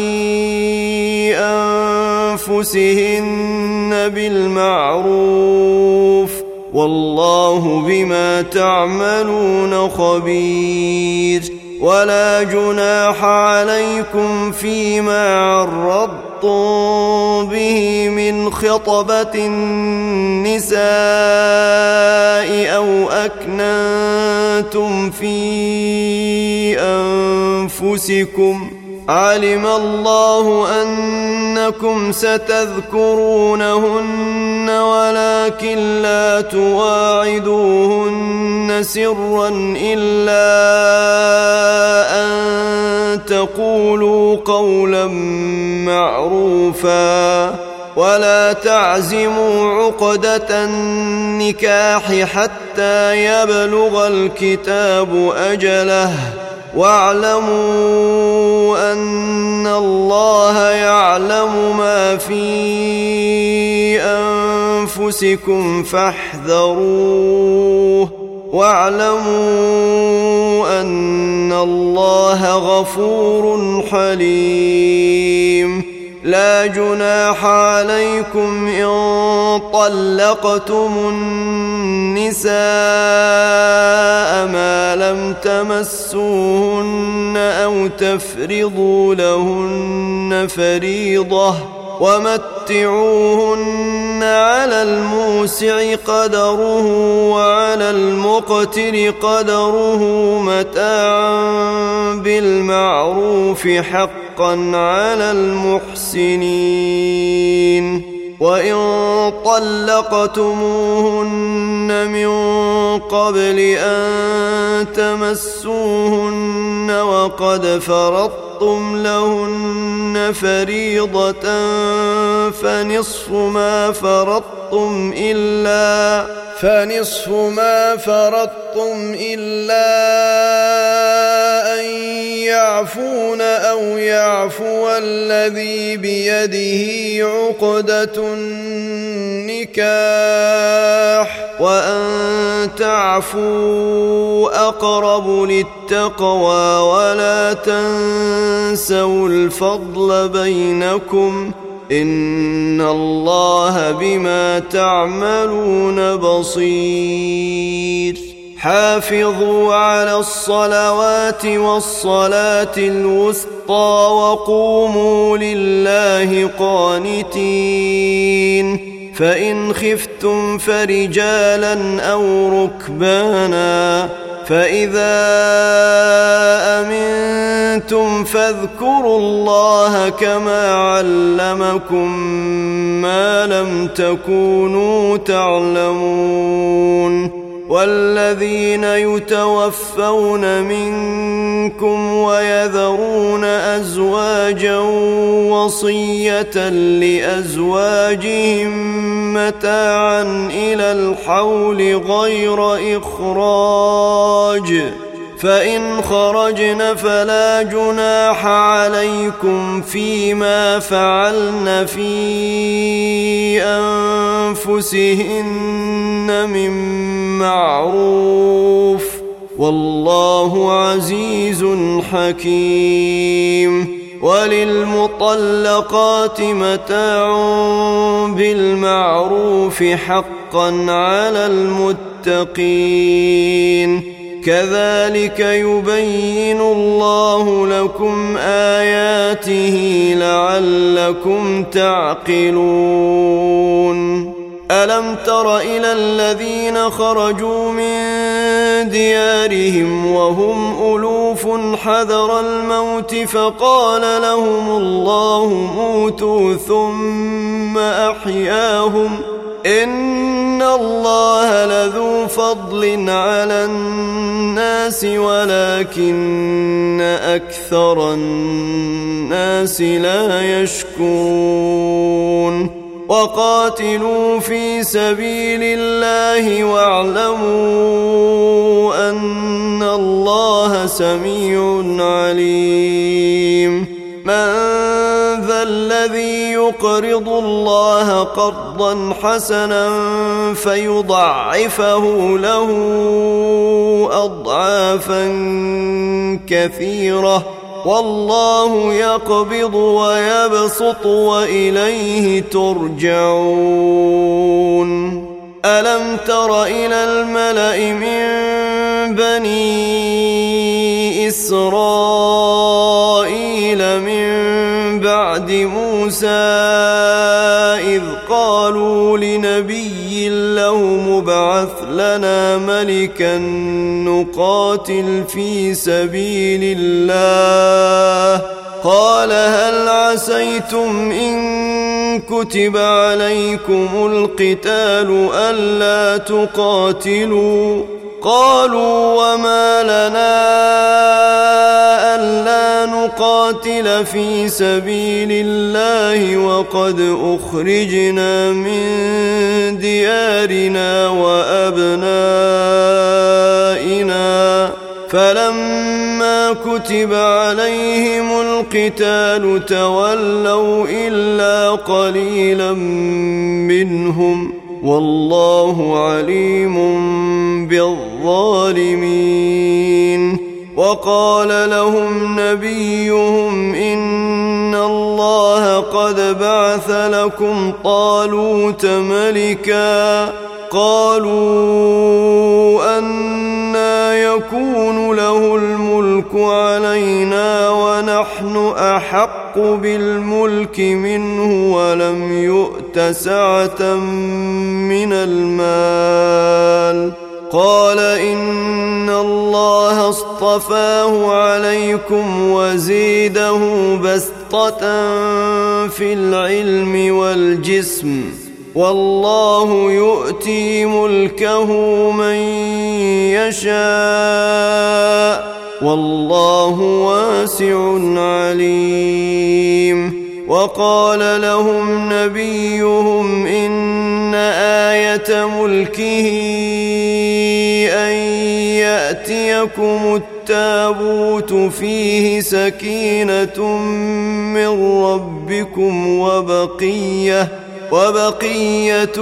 أنفسهن بالمعروف، والله بما تعملون خبير. ولا جناح عليكم فيما عرضتم به من خطبة النساء أو أكننتم في أنفسكم، علم الله أنكم ستذكرونهن ولكن لا تواعدوهن سرا إلا أن تقولوا قولا معروفا، ولا تعزموا عقدة النكاح حتى يبلغ الكتاب أجله، واعلموا أن الله يعلم ما في أنفسكم فاحذروه، واعلموا أن الله غفور حليم. لا جناح عليكم إن طلقتم النساء ما لم تمسوهن أو تفرضوا لهن فريضة، ومتعوهن على الموسع قدره وعلى المقتر قدره متاعا بالمعروف حقا على المحسنين. وإن طلقتموهن من قبل أن تمسوهن وقد فرضتم لهن فريضة فنصف ما فرضتم إلا فنصف ما فرضتم إلا أن يعفون أو يعفو الذي بيده عقدة النكاح، وأن تعفوا أقرب للتقوى، ولا تنسوا الفضل بينكم، إن الله بما تعملون بصير. حافظوا على الصلوات والصلاة الوسطى وقوموا لله قانتين. فإن خفتم فرجالا أو ركبانا، فإذا أمنتم فاذكروا الله كما علمكم ما لم تكونوا تعلمون. والذين يتوفون منكم ويذرون أزواجا وصية لأزواجهم متاعا إلى الحول غير إخراج، فإن خرجن فلا جناح عليكم فيما فعلن في أنفسهن من معروف، والله عزيز حكيم. وللمطلقات متاع بالمعروف حقا على المتقين. كذلك يبين الله لكم آياته لعلكم تعقلون ألم تر إلى الذين خرجوا من ديارهم وهم ألوف حذر الموت فقال لهم الله موتوا ثم أحياهم إن الله لذو فضل على الناس ولكن أكثر الناس لا يشكرون وقاتلوا في سبيل الله واعلموا أن الله سميع عليم من ذا الذي يقرض الله قرضا حسنا فيضعفه له أضعافا كثيرة والله يقبض ويبسط وإليه ترجعون ألم تر إلى الملأ من بني إسرائيل من بعد موسى إذ قالوا لنبي له مبعث لنا ملكا نقاتل في سبيل الله قال هل عسيتم إن كتب عليكم القتال ألا تقاتلوا قالوا وما لنا ألا نقاتل في سبيل الله وقد أخرجنا من ديارنا وأبنائنا فلما كتب عليهم القتال تولوا إلا قليلا منهم والله عليم بالظالمين وقال لهم نبيهم إن الله قد بعث لكم طالوت ملكا قالوا أنى يكون له الملك علينا ونحن أحق بالملك منه ولم يؤت سعة من المال قال إن الله اصطفاه عليكم وزيده بسطة في العلم والجسم والله يؤتي ملكه من يشاء والله واسع عليم وقال لهم نبيهم إن آية ملكه أن يأتيكم التابوت فيه سكينة من ربكم وبقية وبقية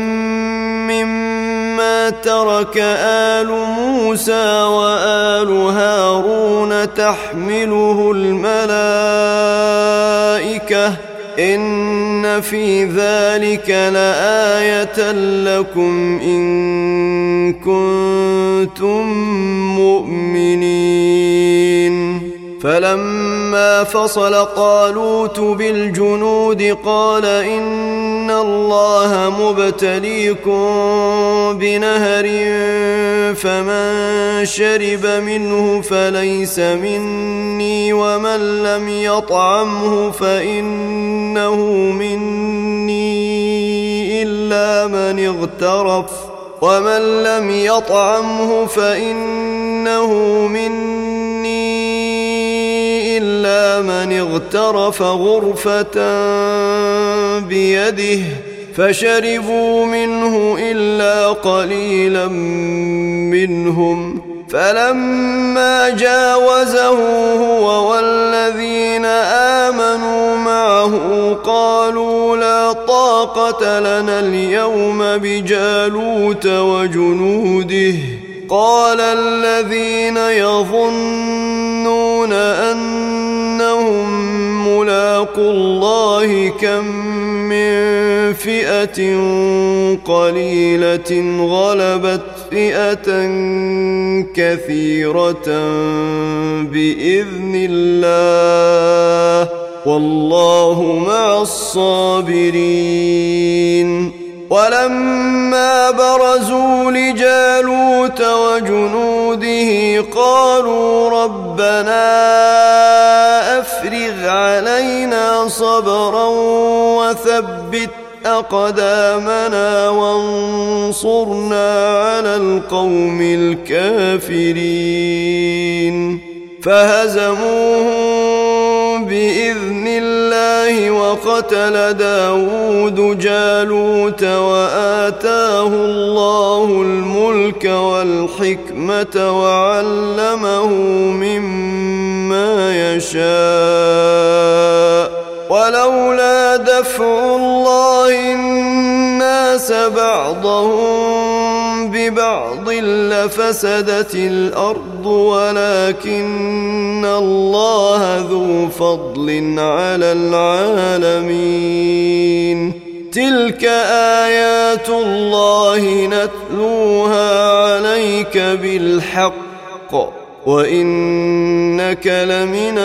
مما ترك آل موسى وآل هارون تحمله الملائكة إن في ذلك لآية لكم إن كنتم مؤمنين فلما فصل طالوت بالجنود قال إن الله مبتليكم بنهر فمن شرب منه فليس مني ومن لم يطعمه فإنه مني إلا من اغترف ومن لم يطعمه فإنه مني إلا من اغترف غرفة بيده فشربوا منه إلا قليلا منهم فلما جاوزه هو والذين آمنوا معه قالوا لا طاقة لنا اليوم بجالوت وجنوده قال الذين يظنون أنهم ملاقو حق الله كم من فئة قليلة غلبت فئة كثيرة بإذن الله والله مع الصابرين. ولما برزوا لجالوت وجنوده قالوا ربنا أفرغ علينا صبرا وثبت أقدامنا وانصرنا على القوم الكافرين. فهزموهم بإذن الله وقتل داود جالوت وآتاه الله الملك والحكمة وعلمه مما يشاء. ولولا دفع الله الناس بعضهم ببعض لفسدت الأرض ولكن الله ذو فضل على العالمين. تلك آيات الله نتلوها عليك بالحق وإنك لمن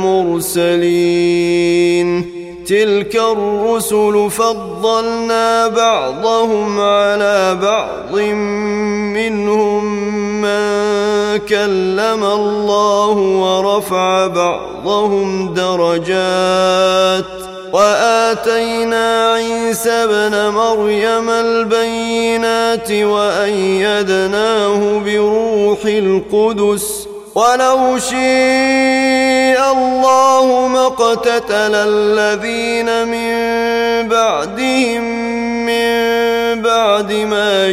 المرسلين. تلك الرسل فضلنا بعضهم على بعض منهم من كلم الله ورفع بعضهم درجات وآتينا عيسى ابن مريم البينات وأيدناه بروح القدس. ولو شاء الله ما اقتتل الذين من بعدهم من بعد ما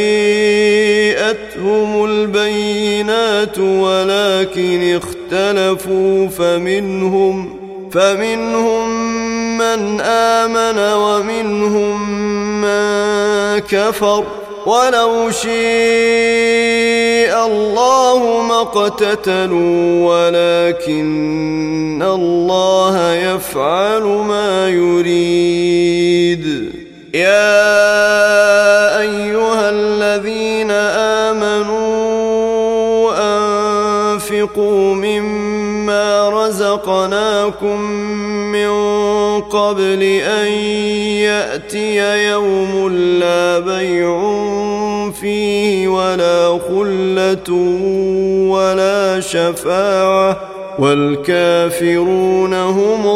جاءتهم البينات ولكن اختلفوا فمنهم فمنهم من آمن ومنهم من كفر. ولو شاء الله ما اقتتلوا ولكن الله يفعل ما يريد. يا أيها الذين آمنوا أنفقوا مما رزقناكم من قبل أن يأتي يوم لا بيع فيه ولا خلة ولا شفاعة والكافرون هم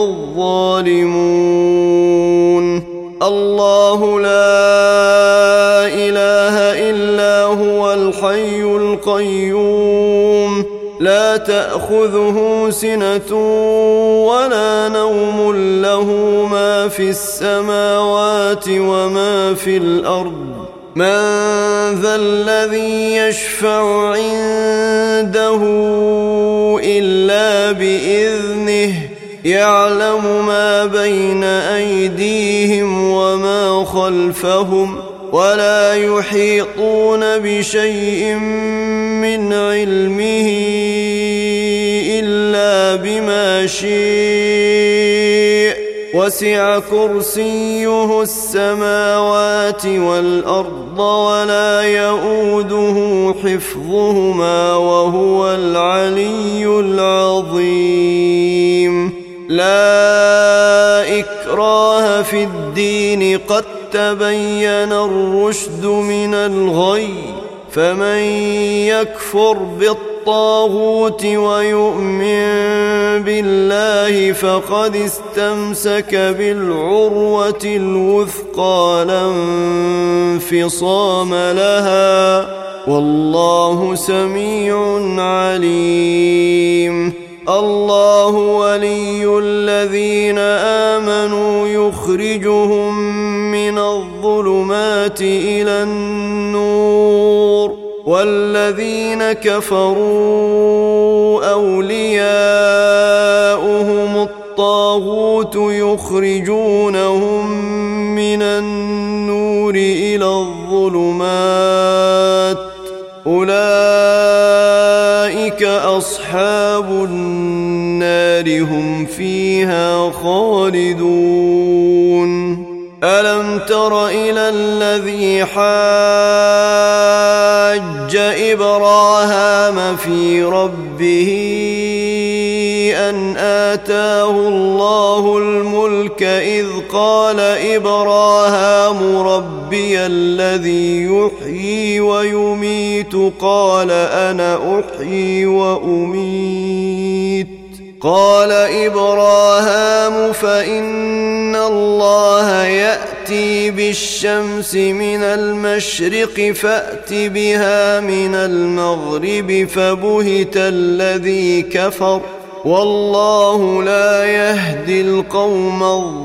الظالمون. الله لا إله إلا هو الحي القيوم لا تأخذه سنة ولا نوم له ما في السماوات وما في الأرض. من ذا الذي يشفع عنده إلا بإذنه يعلم ما بين أيديهم وما خلفهم ولا يحيطون بشيء من علمه إلا بما شاء. وسع كرسيه السماوات والأرض ولا يؤوده حفظهما وهو العلي العظيم. لا إكراه في الدين قد تبين الرشد من الغي. فمن يكفر بالطاغوت ويؤمن بالله فقد استمسك بالعروة الوثقى لا انفصام لها والله سميع عليم. الله ولي الذين آمنوا يخرجهم من الظلمات إلى النور والذين كفروا أولياؤهم الطاغوت يخرجونهم من النور إلى الظلمات أولئك أصحاب النار هم فيها خالدون. ألم تر إلى الذي حاج إبراهام في ربه أن آتاه الله الملك إذ قال إبراهام ربي الذي يحيي ويميت قال أنا أحيي وأميت قال إبراهام فإن الله يأتي بالشمس من المشرق فأت بها من المغرب فبهت الذي كفر والله لا يهدي القوم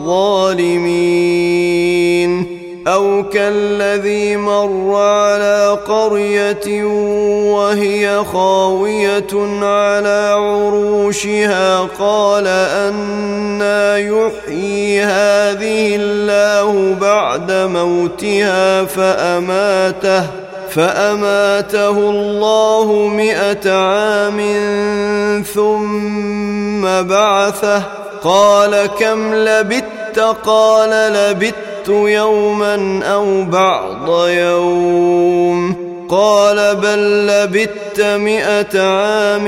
الظالمين. أو كالذي مر على قرية وهي خاوية على عروشها قال أنى يحيي هذه الله بعد موتها فأماته فأماته الله مئة عام ثم بعثه قال كم لبثت قال لبثت يوما أو بعض يوم قال بل لبثت مئة عام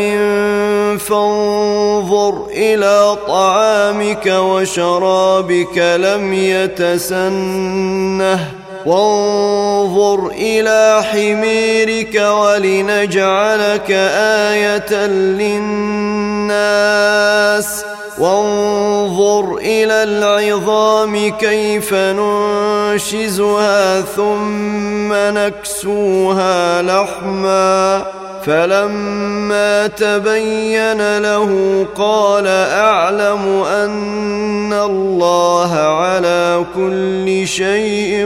فانظر إلى طعامك وشرابك لم يتسنه وانظر إلى حميرك ولنجعلك آية للناس وانظر إلى العظام كيف ننشزها ثم نكسوها لحما فلما تبين له قال أعلم أن الله على كل شيء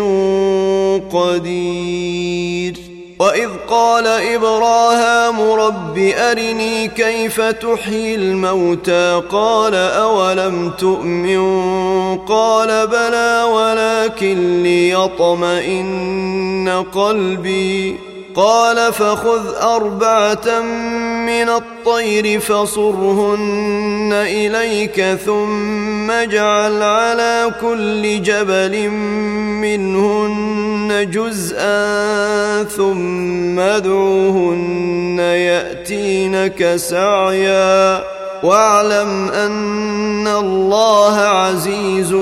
قدير. وإذ قال إبراهام رب أرني كيف تحيي الموتى قال أولم تؤمن قال بلى ولكن ليطمئن قلبي قال فخذ أربعة من الطير فصرهن إليك ثم اجعل على كل جبل منهن جزءا ثم ادعوهن يأتينك سعيا واعلم أن الله عزيز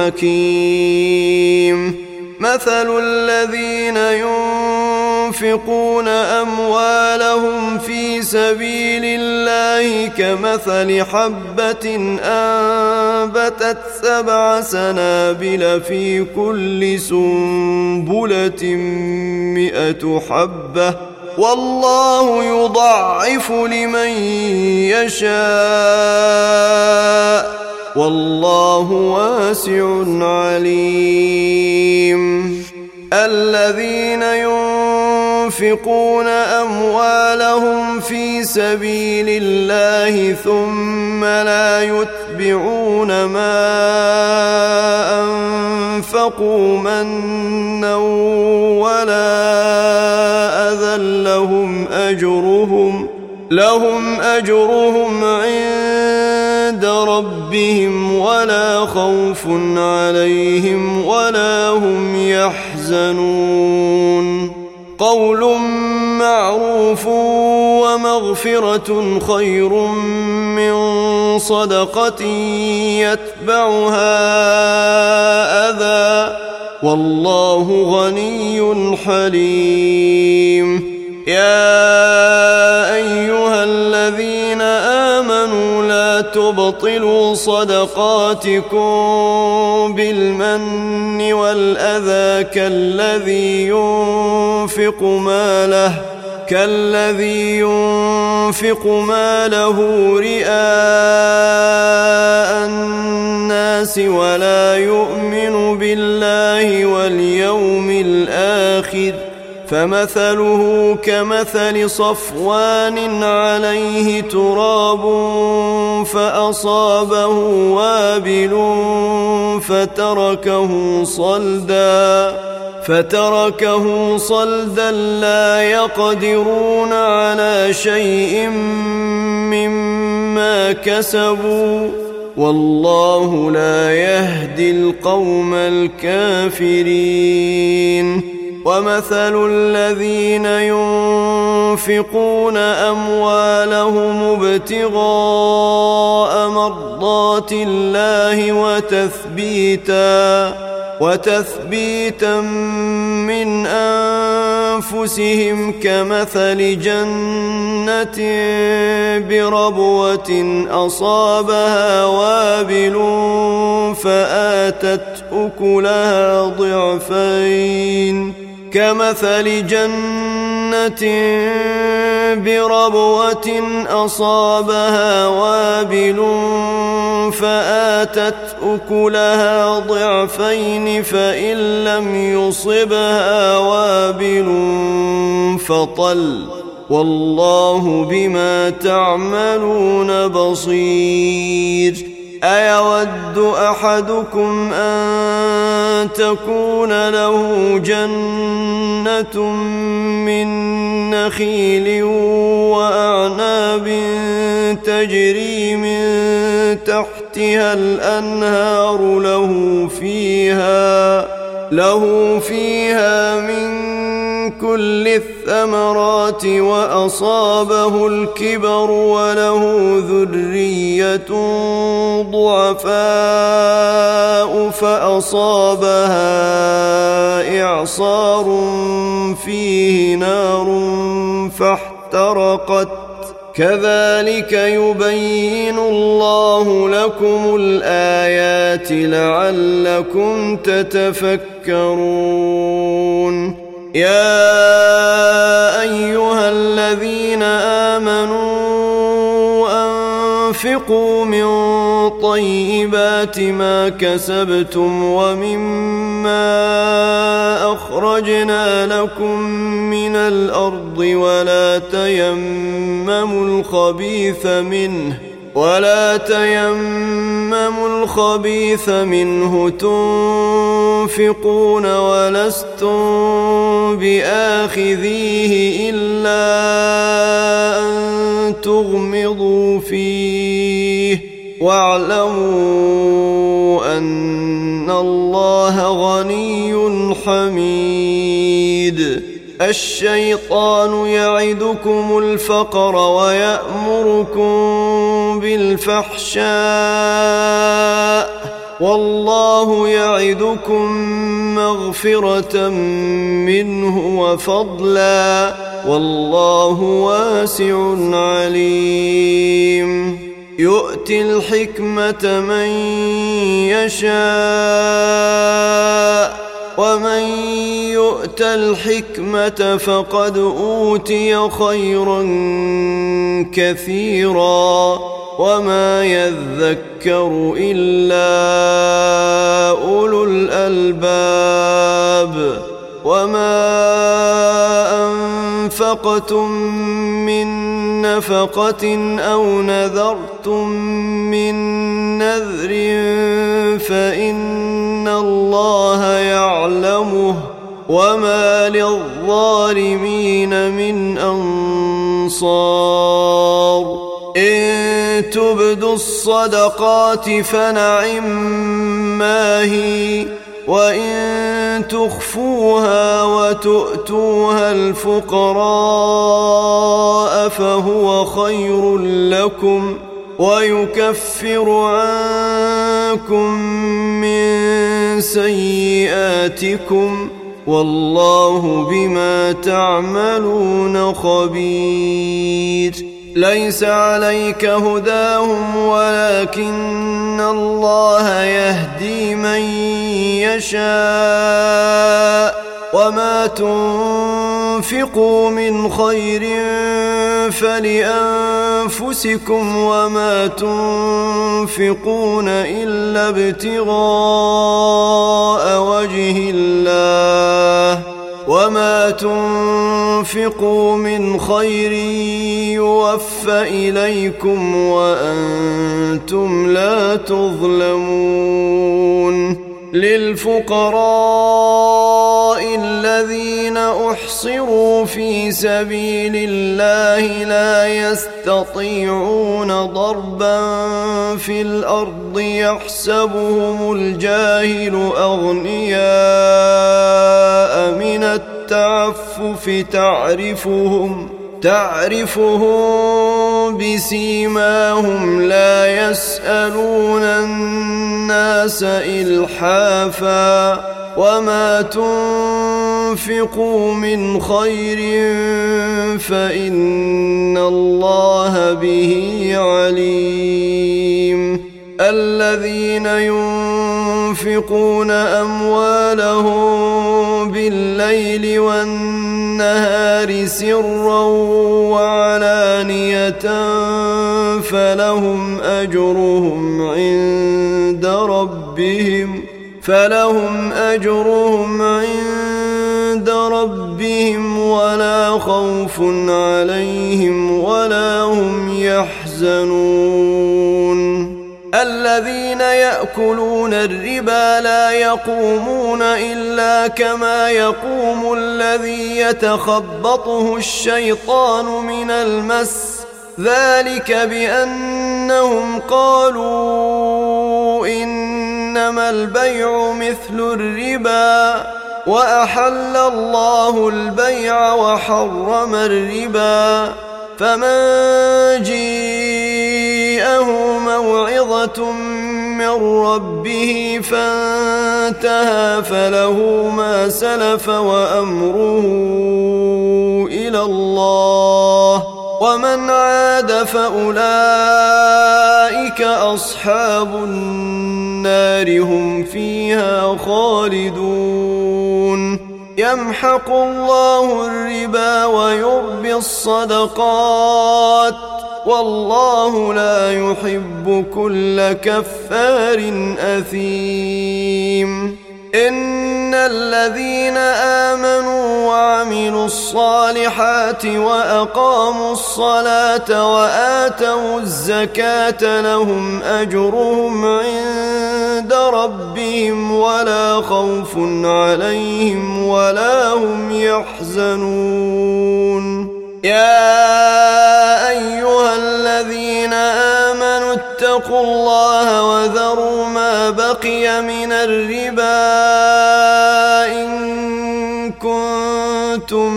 حكيم. مثل الذين ينفقون أموالهم في سبيل الله كمثل حبة أنبتت سبع سنابل في كل سنبلة مئة حبة والله يضاعف لمن يشاء والله واسع عليم. الذين ينفقون أموالهم في سبيل الله ثم لا يتبعون ما أنفقوا منا ولا أذى لهم أجرهم لهم أجرهم عند ربهم ولا خوف عليهم ولا هم يحزنون. قول معروف ومغفرة خير من صدقة يتبعها أذى والله غني حليم. يا أيها الذين آمنوا لا تبطلوا صدقاتكم بالمن والأذى كالذي ينفق ماله كالذي ينفق ماله رئاء الناس ولا يؤمن بالله واليوم الآخر فمثله كمثل صفوان عليه تراب فأصابه وابل فتركه صلدا فتركه صلدا لا يقدرون على شيء مما كسبوا والله لا يهدي القوم الكافرين. ومثل الذين ينفقون أموالهم ابتغاء مرضات الله وتثبيتا وتثبيتا من أنفسهم كمثل جنة بربوة أصابها وابل فآتت أكلها ضعفين كمثل جنة بربوة أصابها وابل فآتت أكلها ضعفين فإن لم يصبها وابل فطل والله بما تعملون بصير. أيود أحدكم أن تكون له جنة من نخيل وأعناب تجري من تحتها الأنهار له فيها له فيها من كل الثمرات وأصابه الكبر وله ذرية ضعفاء فأصابها إعصار فيه نار فاحترقت كذلك يبين الله لكم الآيات لعلكم تتفكرون. يا أيها الذين آمنوا أنفقوا من طيبات ما كسبتم ومما أخرجنا لكم من الأرض ولا تيمموا الخبيث منه ولا تيمموا الخبيث منه تنفقون ولستم بآخذيه إلا أن تغمضوا فيه واعلموا أن الله غني حميد. الشيطان يعدكم الفقر ويأمركم بالفحشاء والله يعدكم مغفرة منه وفضلا والله واسع عليم. يؤتي الحكمة من يشاء ومن يؤت الحكمة فقد أوتي خيرا كثيرا وما يذكر إلا أولو الألباب. وما أنفقتم من نفقة أو نذرتم من نذر فإن الله يعلمه وما للظالمين من أنصار. إن تبدوا الصدقات فنعما هي وإن تخفوها وتؤتوها الفقراء فهو خير لكم ويكفر عنكم من سيئاتكم والله بما تعملون خبير. ليس عليك هداهم ولكن الله يهدي من يشاء وما تنفقوا من خير فلأنفسكم وما تنفقون إلا ابتغاء وجه الله وما تنفقوا من خير يوفى إليكم وأنتم لا تظلمون. للفقراء الذين أحصروا في سبيل الله لا يستطيعون ضربا في الأرض يحسبهم الجاهل أغنياء من التعفف تعرفهم تعرفهم بسيماهم لا يسألون الناس إلحافا وما تنفقوا من خير فإن الله به عليم الذين ينفقون أموالهم بالليل والنهار سرا وعلانية فلهم أجرهم عند ربهم فلهم أجرهم عند ربهم ولا خوف عليهم ولا هم يحزنون الذين يأكلون الربا لا يقومون إلا كما يقوم الذي يتخبطه الشيطان من المس ذلك بأنهم قالوا إنما البيع مثل الربا وأحل الله البيع وحرم الربا فمن جاءه موعظة من ربه فانتهى فله ما سلف وأمره إلى الله ومن عاد فأولئك أصحاب النار هم فيها خالدون يمحق الله الربا ويربي الصدقات والله لا يحب كل كفار أثيم إن الذين آمنوا وعملوا الصالحات وأقاموا الصلاة وآتوا الزكاة لهم أجرهم عند ربهم ولا خوف عليهم ولا هم يحزنون يا أيها الذين آمنوا اتقوا الله وذروا ما بقي من الربا إن كنتم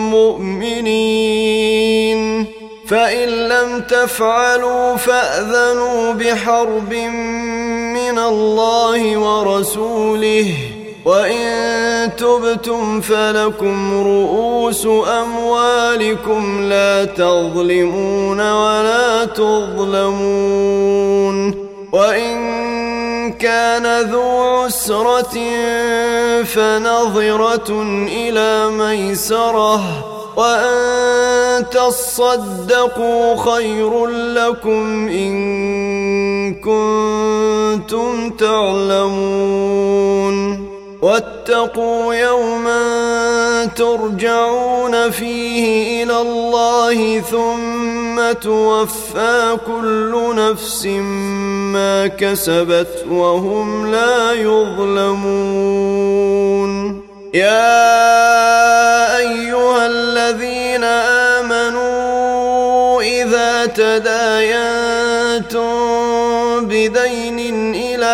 مؤمنين فإن لم تفعلوا فأذنوا بحرب من الله ورسوله وإن تبتم فلكم رؤوس أموالكم لا تظلمون ولا تظلمون وإن كان ذو عسرة فنظرة إلى ميسرة وأن تصدقوا خير لكم إن كنتم تعلمون واتقوا يوما ترجعون فيه إلى الله ثم توفى كل نفس ما كسبت وهم لا يظلمون يا أيها الذين آمنوا إذا تداينتم بدين إلى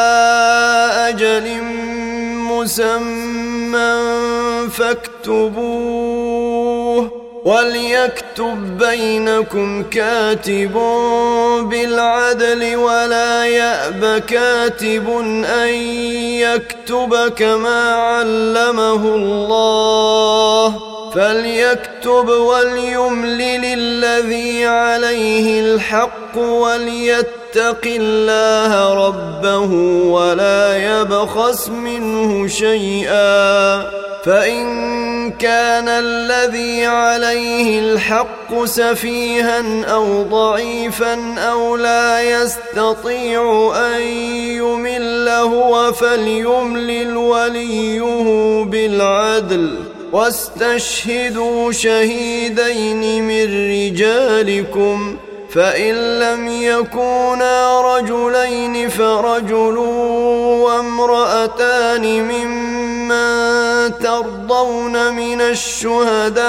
أجل مسمى فاكتبوه وليكتب بينكم كاتب بالعدل ولا يأب كاتب أن يكتب كما علمه الله فليكتب وليملل الذي عليه الحق وليتق الله ربه ولا يبخس منه شيئا فإن كان الذي عليه الحق سفيها أو ضعيفا أو لا يستطيع أن يمل هو فليملل وليه بالعدل واستشهدوا شهيدين من رجالكم فإن لم يكونا رجلين فرجل وامرأتان ممن ترضون من الشهداء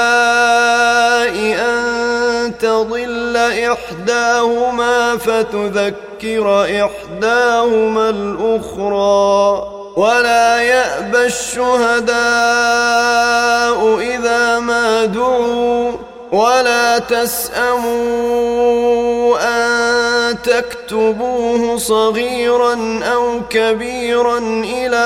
أن تضل إحداهما فتذكر إحداهما الأخرى ولا يأبى الشهداء إذا ما دعوا ولا تسأموا أن تكتبوه صغيرا أو كبيرا إلى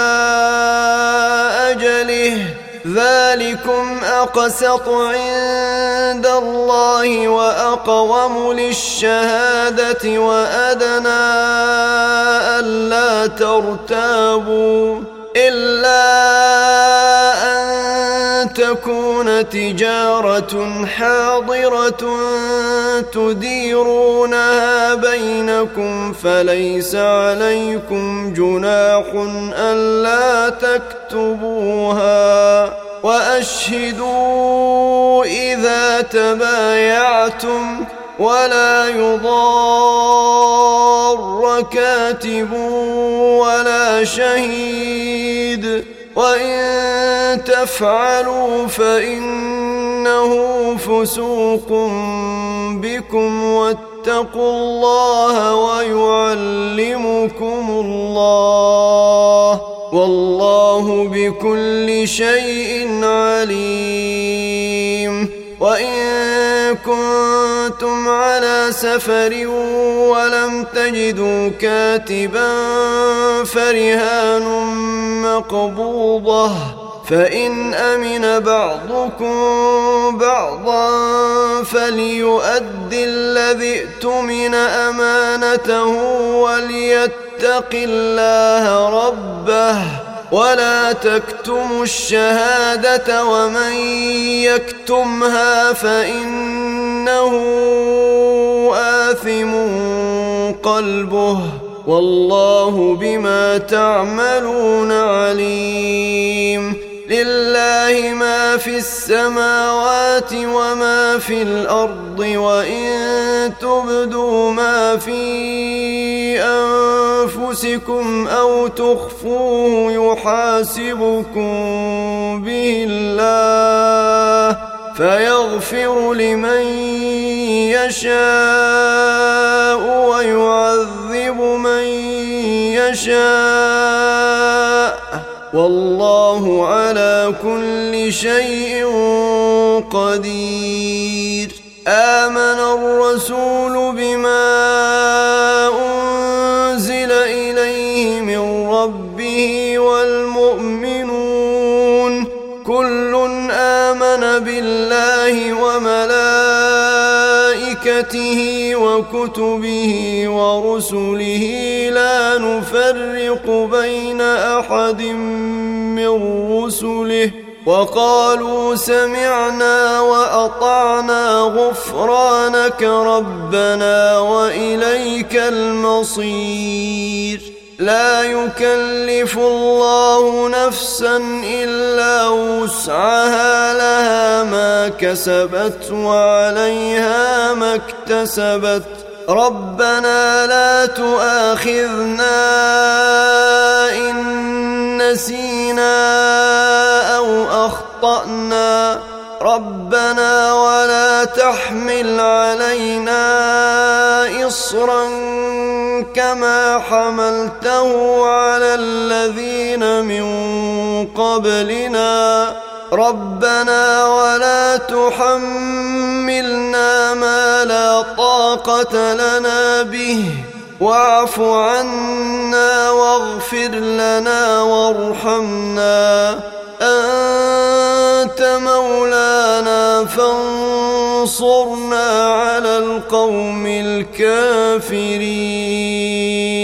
أجله ذلكم أقسط عند الله وأقوم للشهادة وأدنى ألا ترتابوا إلا أن تكون تجارة حاضرة تديرونها بينكم فليس عليكم جناح ألا تكتبوها وأشهدوا إذا تبايعتم ولا يضار كاتب ولا شهيد وإن تفعلوا فإنه فسوق بكم واتقوا الله ويعلمكم الله والله بكل شيء عليم وإن كنتم على سفر ولم تجدوا كاتبا فرهان مقبوضة فإن أمن بعضكم بعضا فليؤد الذي اؤتمن أمانته وليتق الله ربه ولا تكتموا الشهادة ومن يكتمها فإنه آثم قلبه والله بما تعملون عليم لله ما في السماوات وما في الأرض وإن تبدوا ما في أنفسكم أو تخفوه يحاسبكم به الله فيغفر لمن يشاء ويعذب من يشاء والله على كل شيء قدير آمن الرسول بما أنزل إليه من ربه والمؤمنون كل آمن بالله وملائكته وكتبه ورسله لا نفرق بين أحد من رسله وقالوا سمعنا وأطعنا غفرانك ربنا وإليك المصير لا يكلف الله نفسا إلا وسعها لها ما كسبت وعليها ما اكتسبت ربنا لا تؤاخذنا إن نسينا أو أخطأنا ربنا ولا تحمل علينا إصرا كما حملته على الذين من قبلنا ربنا ولا تحملنا ما لا طاقة لنا به واعف عنا واغفر لنا وارحمنا أنت مولانا فانصرنا على القوم الكافرين